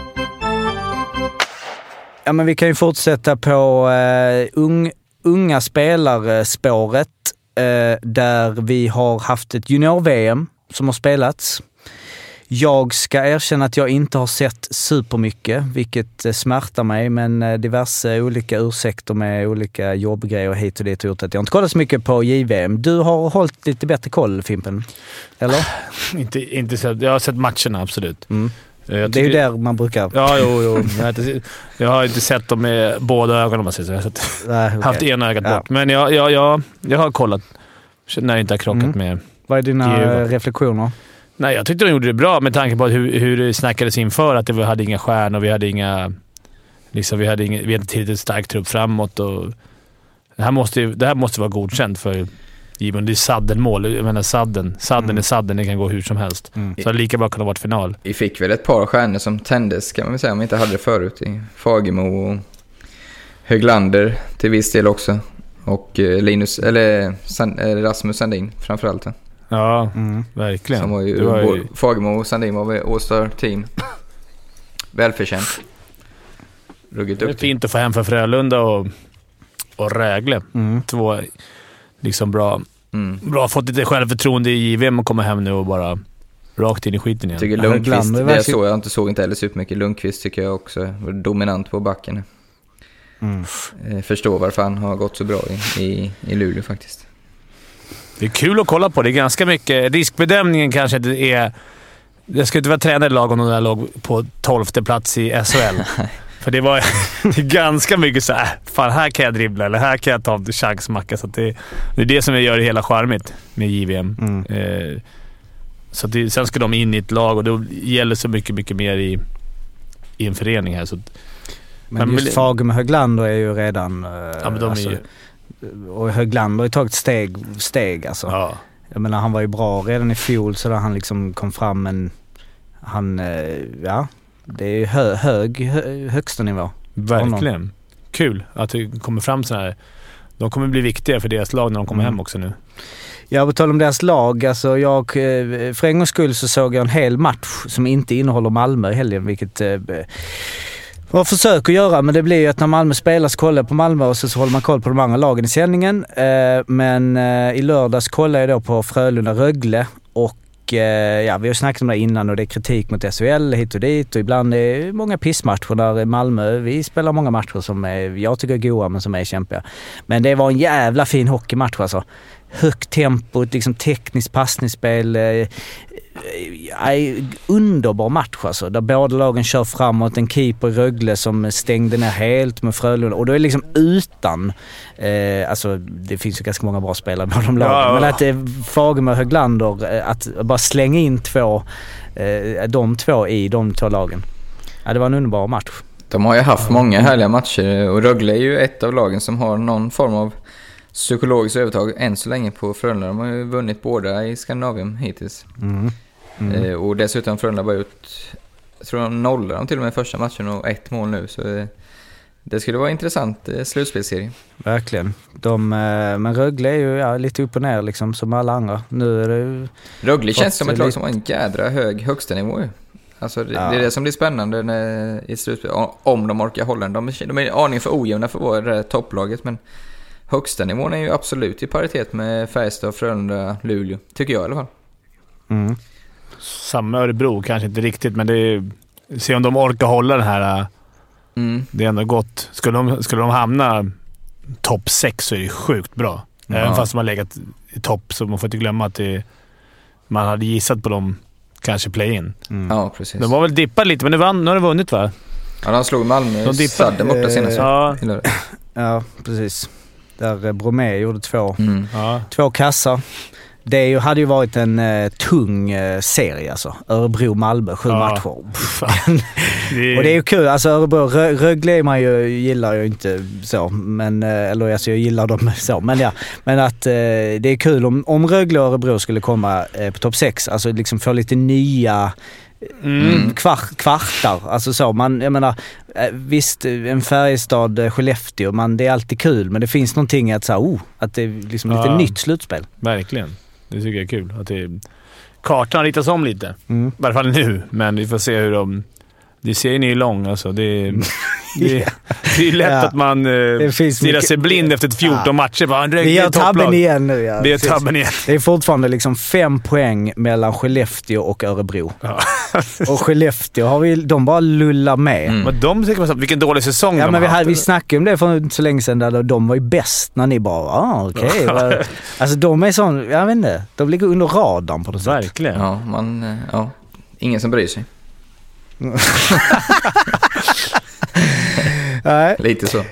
S1: Ja, men vi kan ju fortsätta på unga spelarspåret där vi har haft ett junior-VM som har spelats. Jag ska erkänna att jag inte har sett supermycket, vilket smärtar mig, men diverse olika ursäkter med olika jobbgrejer hit och dit har gjort att jag inte kollat så mycket på JVM. Du har hållit lite bättre koll, Fimpen, eller?
S3: inte sett, jag har sett matcherna, absolut.
S1: Det är ju där man brukar...
S3: Ja, jo. Jag har inte sett dem med båda ögonen, om man säger så. Jag har haft ena ögat bort. Men jag har kollat när jag inte har krockat med...
S1: Vad är dina reflektioner?
S3: Nej, jag tyckte de gjorde det bra med tanke på hur det snackades inför, att vi hade inga stjärnor, vi hade inga... Liksom, vi hade inte tillräckligt stark trupp framåt. Och det här måste vara godkänt för given. Det är Sadden-mål. Jag menar Sadden är Sadden, det kan gå hur som helst. Så det lika bra kunde ha varit final.
S2: Vi fick väl ett par stjärnor som tändes, kan man väl säga, om vi inte hade det förut. I Fagemo och Höglander till viss del också. Och Rasmus Sandin framförallt.
S3: Ja, verkligen.
S2: Som var ju, Fagemo och Sandin var väl All-Star team. Välförtjänt.
S3: Det är fint att få hem för Frölunda och Rögle. Två liksom bra fått lite självförtroende i JVM och komma hem nu och bara rakt in i skiten igen.
S2: Jag tycker Lundqvist, jag såg inte heller supermycket. Lundqvist tycker jag också var dominant på backen. Förstår varför han har gått så bra i Luleå faktiskt.
S3: Det är kul att kolla på. Det är ganska mycket. Riskbedömningen kanske inte är... Det ska inte vara tränare lag om de där låg på 12:e plats i SHL. För det var ganska mycket så här, fan här kan jag dribbla eller här kan jag ta en chansmacka. Så att det är det som jag gör det hela charmigt med JVM. Så sen ska de in i ett lag och då gäller så mycket mer i en förening här. Så
S1: men just Fagem och Höglander är ju redan...
S3: Ja, men de är ju...
S1: Och Höglander har ju tagit steg alltså. Ja. Jag menar, han var ju bra redan i fjol så där han liksom kom fram, men han, det är ju högsta nivå.
S3: Verkligen. Kul att det kommer fram så här. De kommer bli viktiga för deras lag när de kommer hem också nu.
S1: Ja, på tal om deras lag, alltså för en gångs skull så såg jag en hel match som inte innehåller Malmö i helgen, vilket jag försöker göra, men det blir ju att när Malmö spelar så kollar jag på Malmö och så håller man koll på de andra lagen i sändningen. Men i lördags kollar jag då på Frölunda-Rögle och vi har snackat om det innan och det är kritik mot SHL hit och dit och ibland är det många pissmatcher där Malmö, vi spelar många matcher som jag tycker är goda men som är kämpiga. Men det var en jävla fin hockeymatch alltså. Högt tempo, liksom tekniskt passningsspel, underbar match alltså, där båda lagen kör framåt, en keeper i Rögle som stängde ner helt med Frölunda och då är liksom utan alltså det finns ju ganska många bra spelare på de lagen, men att Fagem och Höglander att bara slänga in de två i de två lagen, det var en underbar match.
S2: De har ju haft många härliga matcher och Rögle är ju ett av lagen som har någon form av psykologiskt övertag än så länge på Frölunda. De har ju vunnit båda i Skandinavien hittills. Och dessutom Frölunda var ut, jag tror de nollade dem till och med första matchen och 1 mål nu. Så det skulle vara intressant slutspelserie.
S1: Verkligen. Men Rögle är ju lite upp och ner liksom, som alla andra. Nu är det
S2: Rögle känns som ett lag som har en jädra hög högsta nivå ju. Alltså det är det som blir spännande i slutspel, om de orkar hålla den. De är aning för ojämna för att vara topplaget, men högsta nivån är ju absolut i paritet med Färjestad, Frölunda, Luleå, tycker jag i alla fall.
S3: Samma Örebro kanske inte riktigt, men det är, se om de orkar hålla den här. Det är ändå gott. Skulle de hamna topp 6 så är det sjukt bra. Även fast de har legat i topp, så man får inte glömma att man hade gissat på dem kanske play-in.
S2: Ja, precis.
S3: De var väl dippat lite, men nu har de vunnit, va?
S2: Ja, de slog Malmö. De dippade borta senast.
S1: Ja, precis. Där Bromé gjorde 2 kassar. Det hade ju varit en tung serie alltså. Örebro-Malmö, 7 matcher. Och det är ju kul. Alltså Rögle gillar jag inte så. Men, eller alltså jag gillar dem så. Men att det är kul om Rögle och Örebro skulle komma på topp 6. Alltså liksom få lite nya kvartar. Alltså så. Jag menar, visst, en Färjestad, Skellefteå, det är alltid kul. Men det finns någonting att det är liksom lite nytt slutspel.
S3: Verkligen. Det tycker jag är kul. Att kartan ritas om lite. I varje fall nu. Men vi får se hur det serien är lång. Alltså. Det är lätt att man stirrar sig blind efter 14 matcher.
S1: Vi gör tabben igen nu. Ja.
S3: Vi gör tabben igen.
S1: Det är fortfarande liksom 5 poäng mellan Skellefteå och Örebro. Ja. Och Skellefteå de bara lullar med.
S3: Men de tycker man, vilken dålig säsong de
S1: har. Vi snackade om det för inte så länge sedan, där de var ju bäst när ni bara, okej. Alltså de är sån, jag vet inte, de ligger under radarn på det sättet.
S3: Verkligen.
S2: Ja, ingen som bryr sig. Lite så.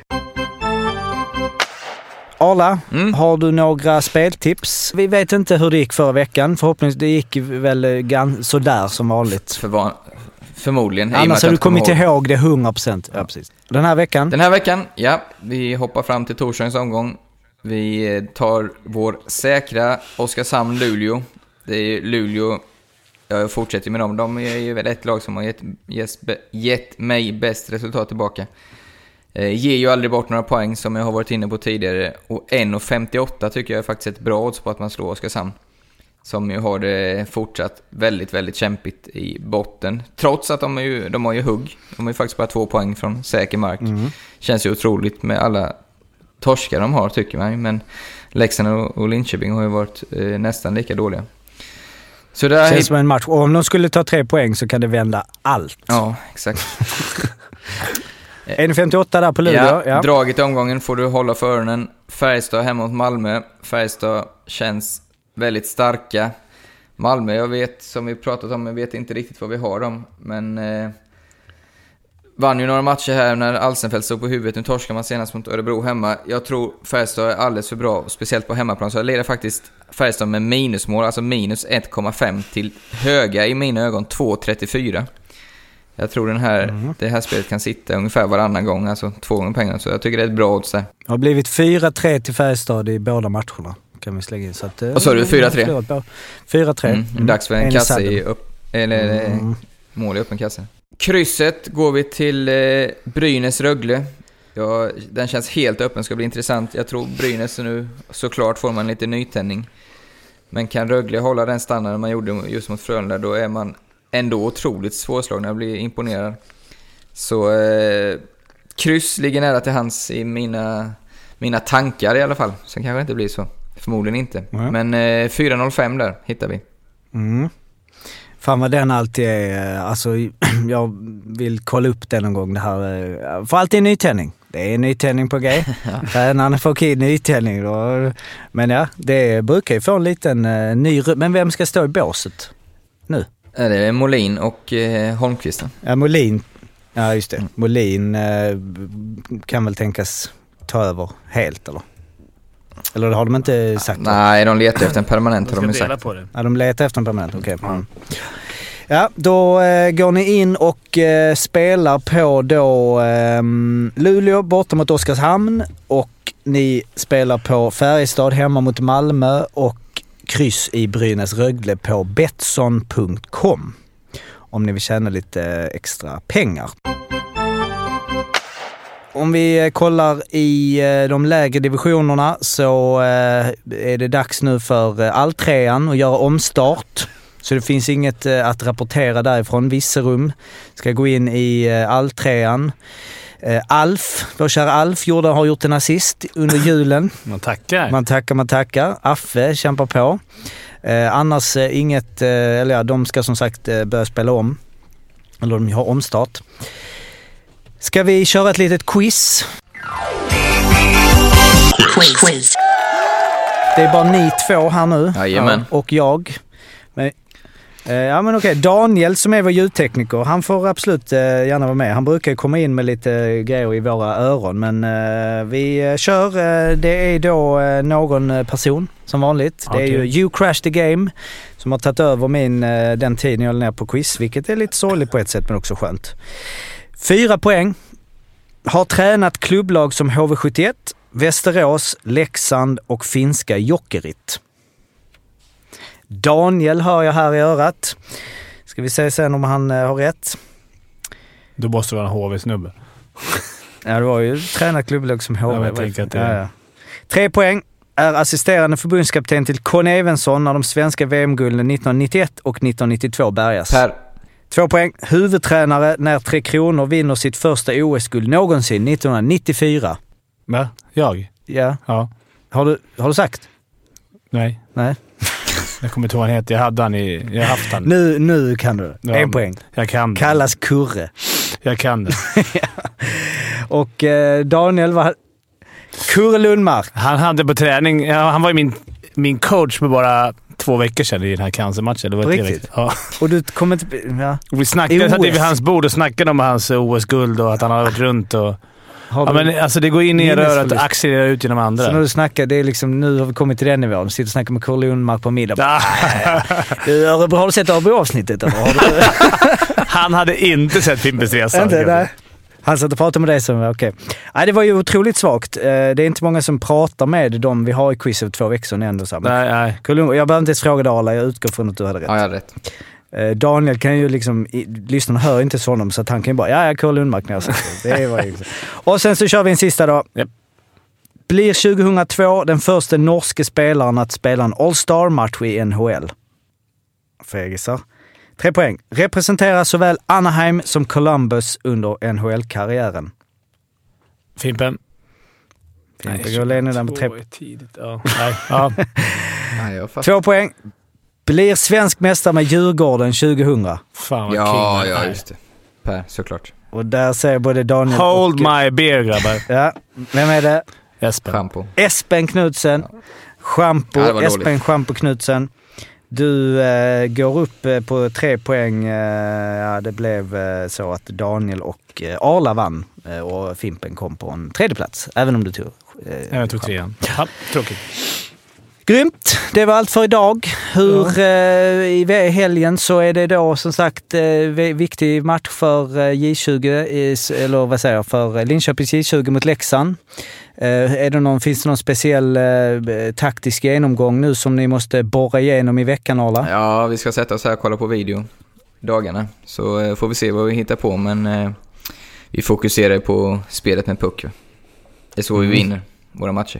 S1: Arla, har du några speltips? Vi vet inte hur det gick förra veckan. Förhoppningsvis det gick väl sådär som vanligt.
S2: Förmodligen.
S1: Annars har du kommit ihåg det 100%. Ja, precis. Den här veckan,
S2: vi hoppar fram till torsdagens omgång. Vi tar vår säkra Oskarshamn-Luleå. Det är Luleå. Jag fortsätter med dem. De är ju väl ett lag som har gett mig bäst resultat tillbaka. Ger ju aldrig bort några poäng som jag har varit inne på tidigare. Och 1,58 tycker jag är faktiskt ett bra odds på att man slår Oskarshamn. Som ju har det fortsatt väldigt, väldigt kämpigt i botten. Trots att de har ju hugg. De har ju faktiskt bara 2 poäng från säker mark. Känns ju otroligt med alla torskar de har, tycker man. Men Leksand och Linköping har ju varit nästan lika dåliga. Så det
S1: känns som en match. Och om de skulle ta 3 poäng så kan det vända allt.
S2: Ja, exakt.
S1: 1,58 där på Luleå.
S2: Ja. Draget i omgången får du hålla för öronen. Färjestad hemma mot Malmö. Färjestad känns väldigt starka. Malmö, jag vet, som vi pratat om, jag vet inte riktigt vad vi har dem. Men vann ju några matcher här när Alsenfelt stod på huvudet. Nu torskar man senast mot Örebro hemma. Jag tror Färjestad är alldeles för bra, speciellt på hemmaplan. Så jag leder faktiskt Färjestad med minusmål, alltså minus 1,5 till höga i mina ögon 2,34. Jag tror det här spelet kan sitta ungefär varannan gång, alltså 2 gånger pengarna. Så jag tycker det är ett bra odds där.
S1: Det har blivit 4-3 till Färjestad i båda matcherna, kan vi slänga in. Så att,
S2: och så är det 4-3?
S1: 4-3.
S2: Dags för en kasse mål i öppen kasse. Krysset går vi till Brynäs-Rögle. Ja, den känns helt öppen, ska bli intressant. Jag tror Brynäs nu såklart får man lite nytändning. Men kan Rögle hålla den standarden man gjorde just mot Frölunda, då är man ändå otroligt svårslagen. Jag blir imponerad. Så kryss ligger nära till hands i mina tankar i alla fall. Sen kanske det inte blir så. Förmodligen inte. Men 4,05 där hittar vi.
S1: Fan vad den alltid är. Alltså, jag vill kolla upp den någon gång. Det här, för alltid en nytändning. Det är en nytändning på grej. Tränaren får kid nytändning då. Men ja, det brukar ju få en liten ny. Men vem ska stå i båset nu?
S2: Det är Molin och Holmqvist.
S1: Ja, Molin. Ja, just det. Molin kan väl tänkas ta över helt, eller? Eller har de inte sagt det?
S2: Nej, de letar efter en permanent, har de sagt.
S3: På det.
S1: Ja, de letar efter en permanent, okej. Ja, då går ni in och spelar på då Luleå borta mot Oskarshamn och ni spelar på Färjestad hemma mot Malmö och kryss i Brynäs-Rögle på Betsson.com om ni vill tjäna lite extra pengar. Om vi kollar i de lägre divisionerna så är det dags nu för alltrean att göra omstart. Så det finns inget att rapportera därifrån. Virserum ska gå in i alltrean. Alf, vår kära Alf, har gjort en assist under julen.
S3: Man tackar.
S1: Man tackar. Affe kämpar på. Annars inget, eller ja, de ska som sagt börja spela om. Eller de har omstart. Ska vi köra ett litet quiz? Quiz. Det är bara ni två här nu.
S2: Jajamän.
S1: Och jag. Men okej. Daniel som är vår ljudtekniker, han får absolut gärna vara med. Han brukar ju komma in med lite grejer i våra öron. Men vi kör. Det är då någon person som vanligt. Det är ju You Crash the Game som har tagit över den tiden jag ner på quiz. Vilket är lite sorgligt på ett sätt men också skönt. 4 poäng. Har tränat klubblag som HV71, Västerås, Leksand och finska Jokerit. Daniel hör jag här i örat. Ska vi se sen om han har rätt.
S3: Då måste det vara en HV-snubbe.
S1: Ja, det var ju tränat klubblag som HV.
S3: Jag tänker att det är...
S1: 3 poäng. Är assisterande förbundskapten till Conny Evensson när de svenska VM-gulden 1991 och 1992 bärgas. 2 poäng. Huvudtränare när Tre Kronor vinner sitt första OS-guld någonsin 1994.
S3: Va? Jag?
S1: Ja. Har du sagt?
S3: Nej. Jag kommer inte ihåg vad han heter. Jag har haft han.
S1: Nu kan du. 1 poäng.
S3: Jag kan det.
S1: Kallas Kurre.
S3: Jag kan det.
S1: Och Daniel var Kurre Lundmark.
S3: Han hade på träning. Han var ju min coach med bara 2 veckor sedan i den här cancermatchen. Det var
S1: riktigt. Ja. Och du kommer inte... Ja.
S3: Och vi snackade vid hans bord och snackade om hans OS-guld och att han hade varit runt och... men alltså det går in i röret att accelerera ut genom andra.
S1: Så när du snackar, det är liksom, nu har vi kommit till den nivån. Du sitter och snackar med Kurre Lundmark på middag. Har du sett Örebro-avsnittet?
S3: Han hade inte sett Fimpens Resa.
S1: Nej. Han satt och pratade med dig som okej. Nej, det var ju otroligt svagt. Det är inte många som pratar med dem vi har i quiz över 2 veckor ändå.
S3: Nej.
S1: Jag behöver inte ens fråga Dala, jag utgår från att du hade rätt.
S2: Ja, jag har rätt.
S1: Daniel kan ju liksom, lyssnarna hör inte så honom så att han kan ju bara, Kurre Lundmark när jag det var ju liksom. Och sen så kör vi en sista då.
S3: Yep.
S1: Blir 2002 den första norske spelaren att spela en All-Star-match i NHL? Fegisar. 3 poäng. Representerar såväl Anaheim som Columbus under NHL-karriären.
S3: Fimpen
S1: går Lene där med 3
S3: tidigt. Ja.
S1: 2 poäng. Blir svensk mästare med Djurgården 2000.
S3: Fan vad
S2: ja, just det. Per, såklart.
S1: Och där säger både Daniel
S3: Hold my beer, grabbar.
S1: Ja, vem är det? Espen Knudsen.
S2: Schampo.
S1: Espen Schampo Knudsen. Du går upp på 3 poäng. Det blev så att Daniel och Arla vann och Fimpen kom på en 3:e plats. Även om du tog...
S3: jag tog 3. Ja, tråkigt.
S1: Grymt! Det var allt för idag. I helgen så är det då som sagt viktig match för J20, eller vad säger jag, för Linköpings J20 mot Leksand. Finns det någon speciell taktisk genomgång nu som ni måste borra igenom i veckan, Arla?
S2: Ja, vi ska sätta oss här och kolla på video dagarna. Så får vi se vad vi hittar på, men vi fokuserar på spelet med puck. Det är så vi vinner våra matcher.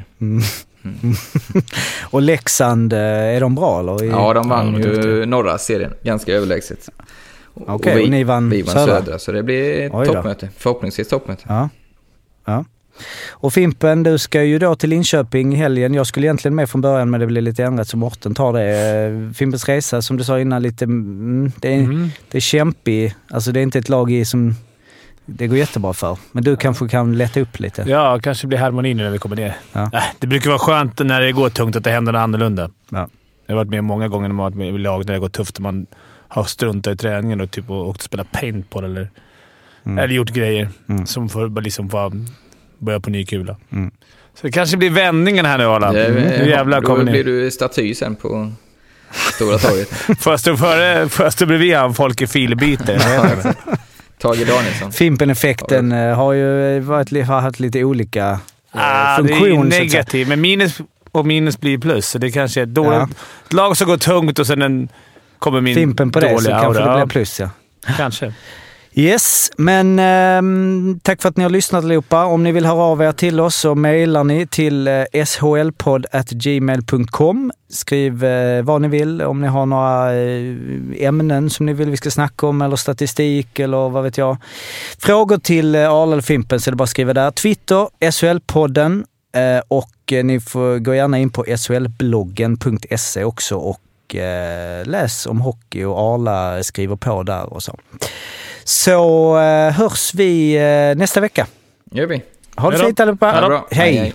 S1: Och Leksand, är de bra eller?
S2: Ja, de vann ju norra serien ganska överlägset.
S1: Och ni vann
S2: södra, så det blir toppmöte. Förhoppningsvis toppmöte.
S1: Ja. Och Fimpen, du ska ju då till Linköping i helgen. Jag skulle egentligen med från början, men det blir lite ändrat så Morten tar det. Fimpens Resa, som du sa innan, lite det är kämpig. Alltså det är inte ett lag som det går jättebra för. Men du kanske kan lätta upp lite.
S3: Ja, kanske blir harmoni nu när vi kommer ner. Ja. Det brukar vara skönt när det går tungt att det händer något annorlunda. Ja. Jag har varit med många gånger när man har varit med i lag när det går tufft och man har struntat i träningen och typ åkt och spelat paintball eller gjort grejer som får liksom börja på ny kula. Så det kanske blir vändningen här nu, Arla.
S2: Nu jävlar kommer ni. Då blir du staty sen på Stora torget.
S3: Först stå bredvid han folk i filbyte.
S2: Tage Danielsson.
S1: Fimpen-effekten har ju haft lite olika funktion.
S3: Det är negativ, men minus blir plus. Så det kanske är ett dåligt lag som går tungt och sen kommer min
S1: Fimpen på det, så kanske det blir plus, ja.
S3: Kanske.
S1: Yes, men tack för att ni har lyssnat allihopa. Om ni vill höra av er till oss så mejlar ni till shlpodd@gmail.com. Skriv vad ni vill, om ni har några ämnen som ni vill vi ska snacka om eller statistik eller vad vet jag. Frågor till Arla eller Fimpen så är det bara att skriva där. Twitter, SHL-podden och ni får gå gärna in på shlbloggen.se också och läs om hockey och Arla skriver på där och så. Så hörs vi nästa vecka.
S2: Gör vi.
S1: Ha det fint allihopa. Hej.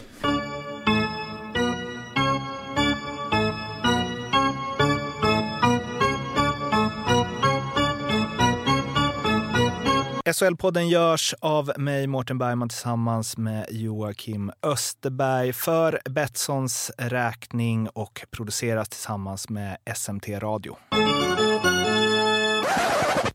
S4: SHL-podden görs av mig, Mårten Bergman, tillsammans med Joakim Österberg för Betssons räkning och produceras tillsammans med SMT Radio.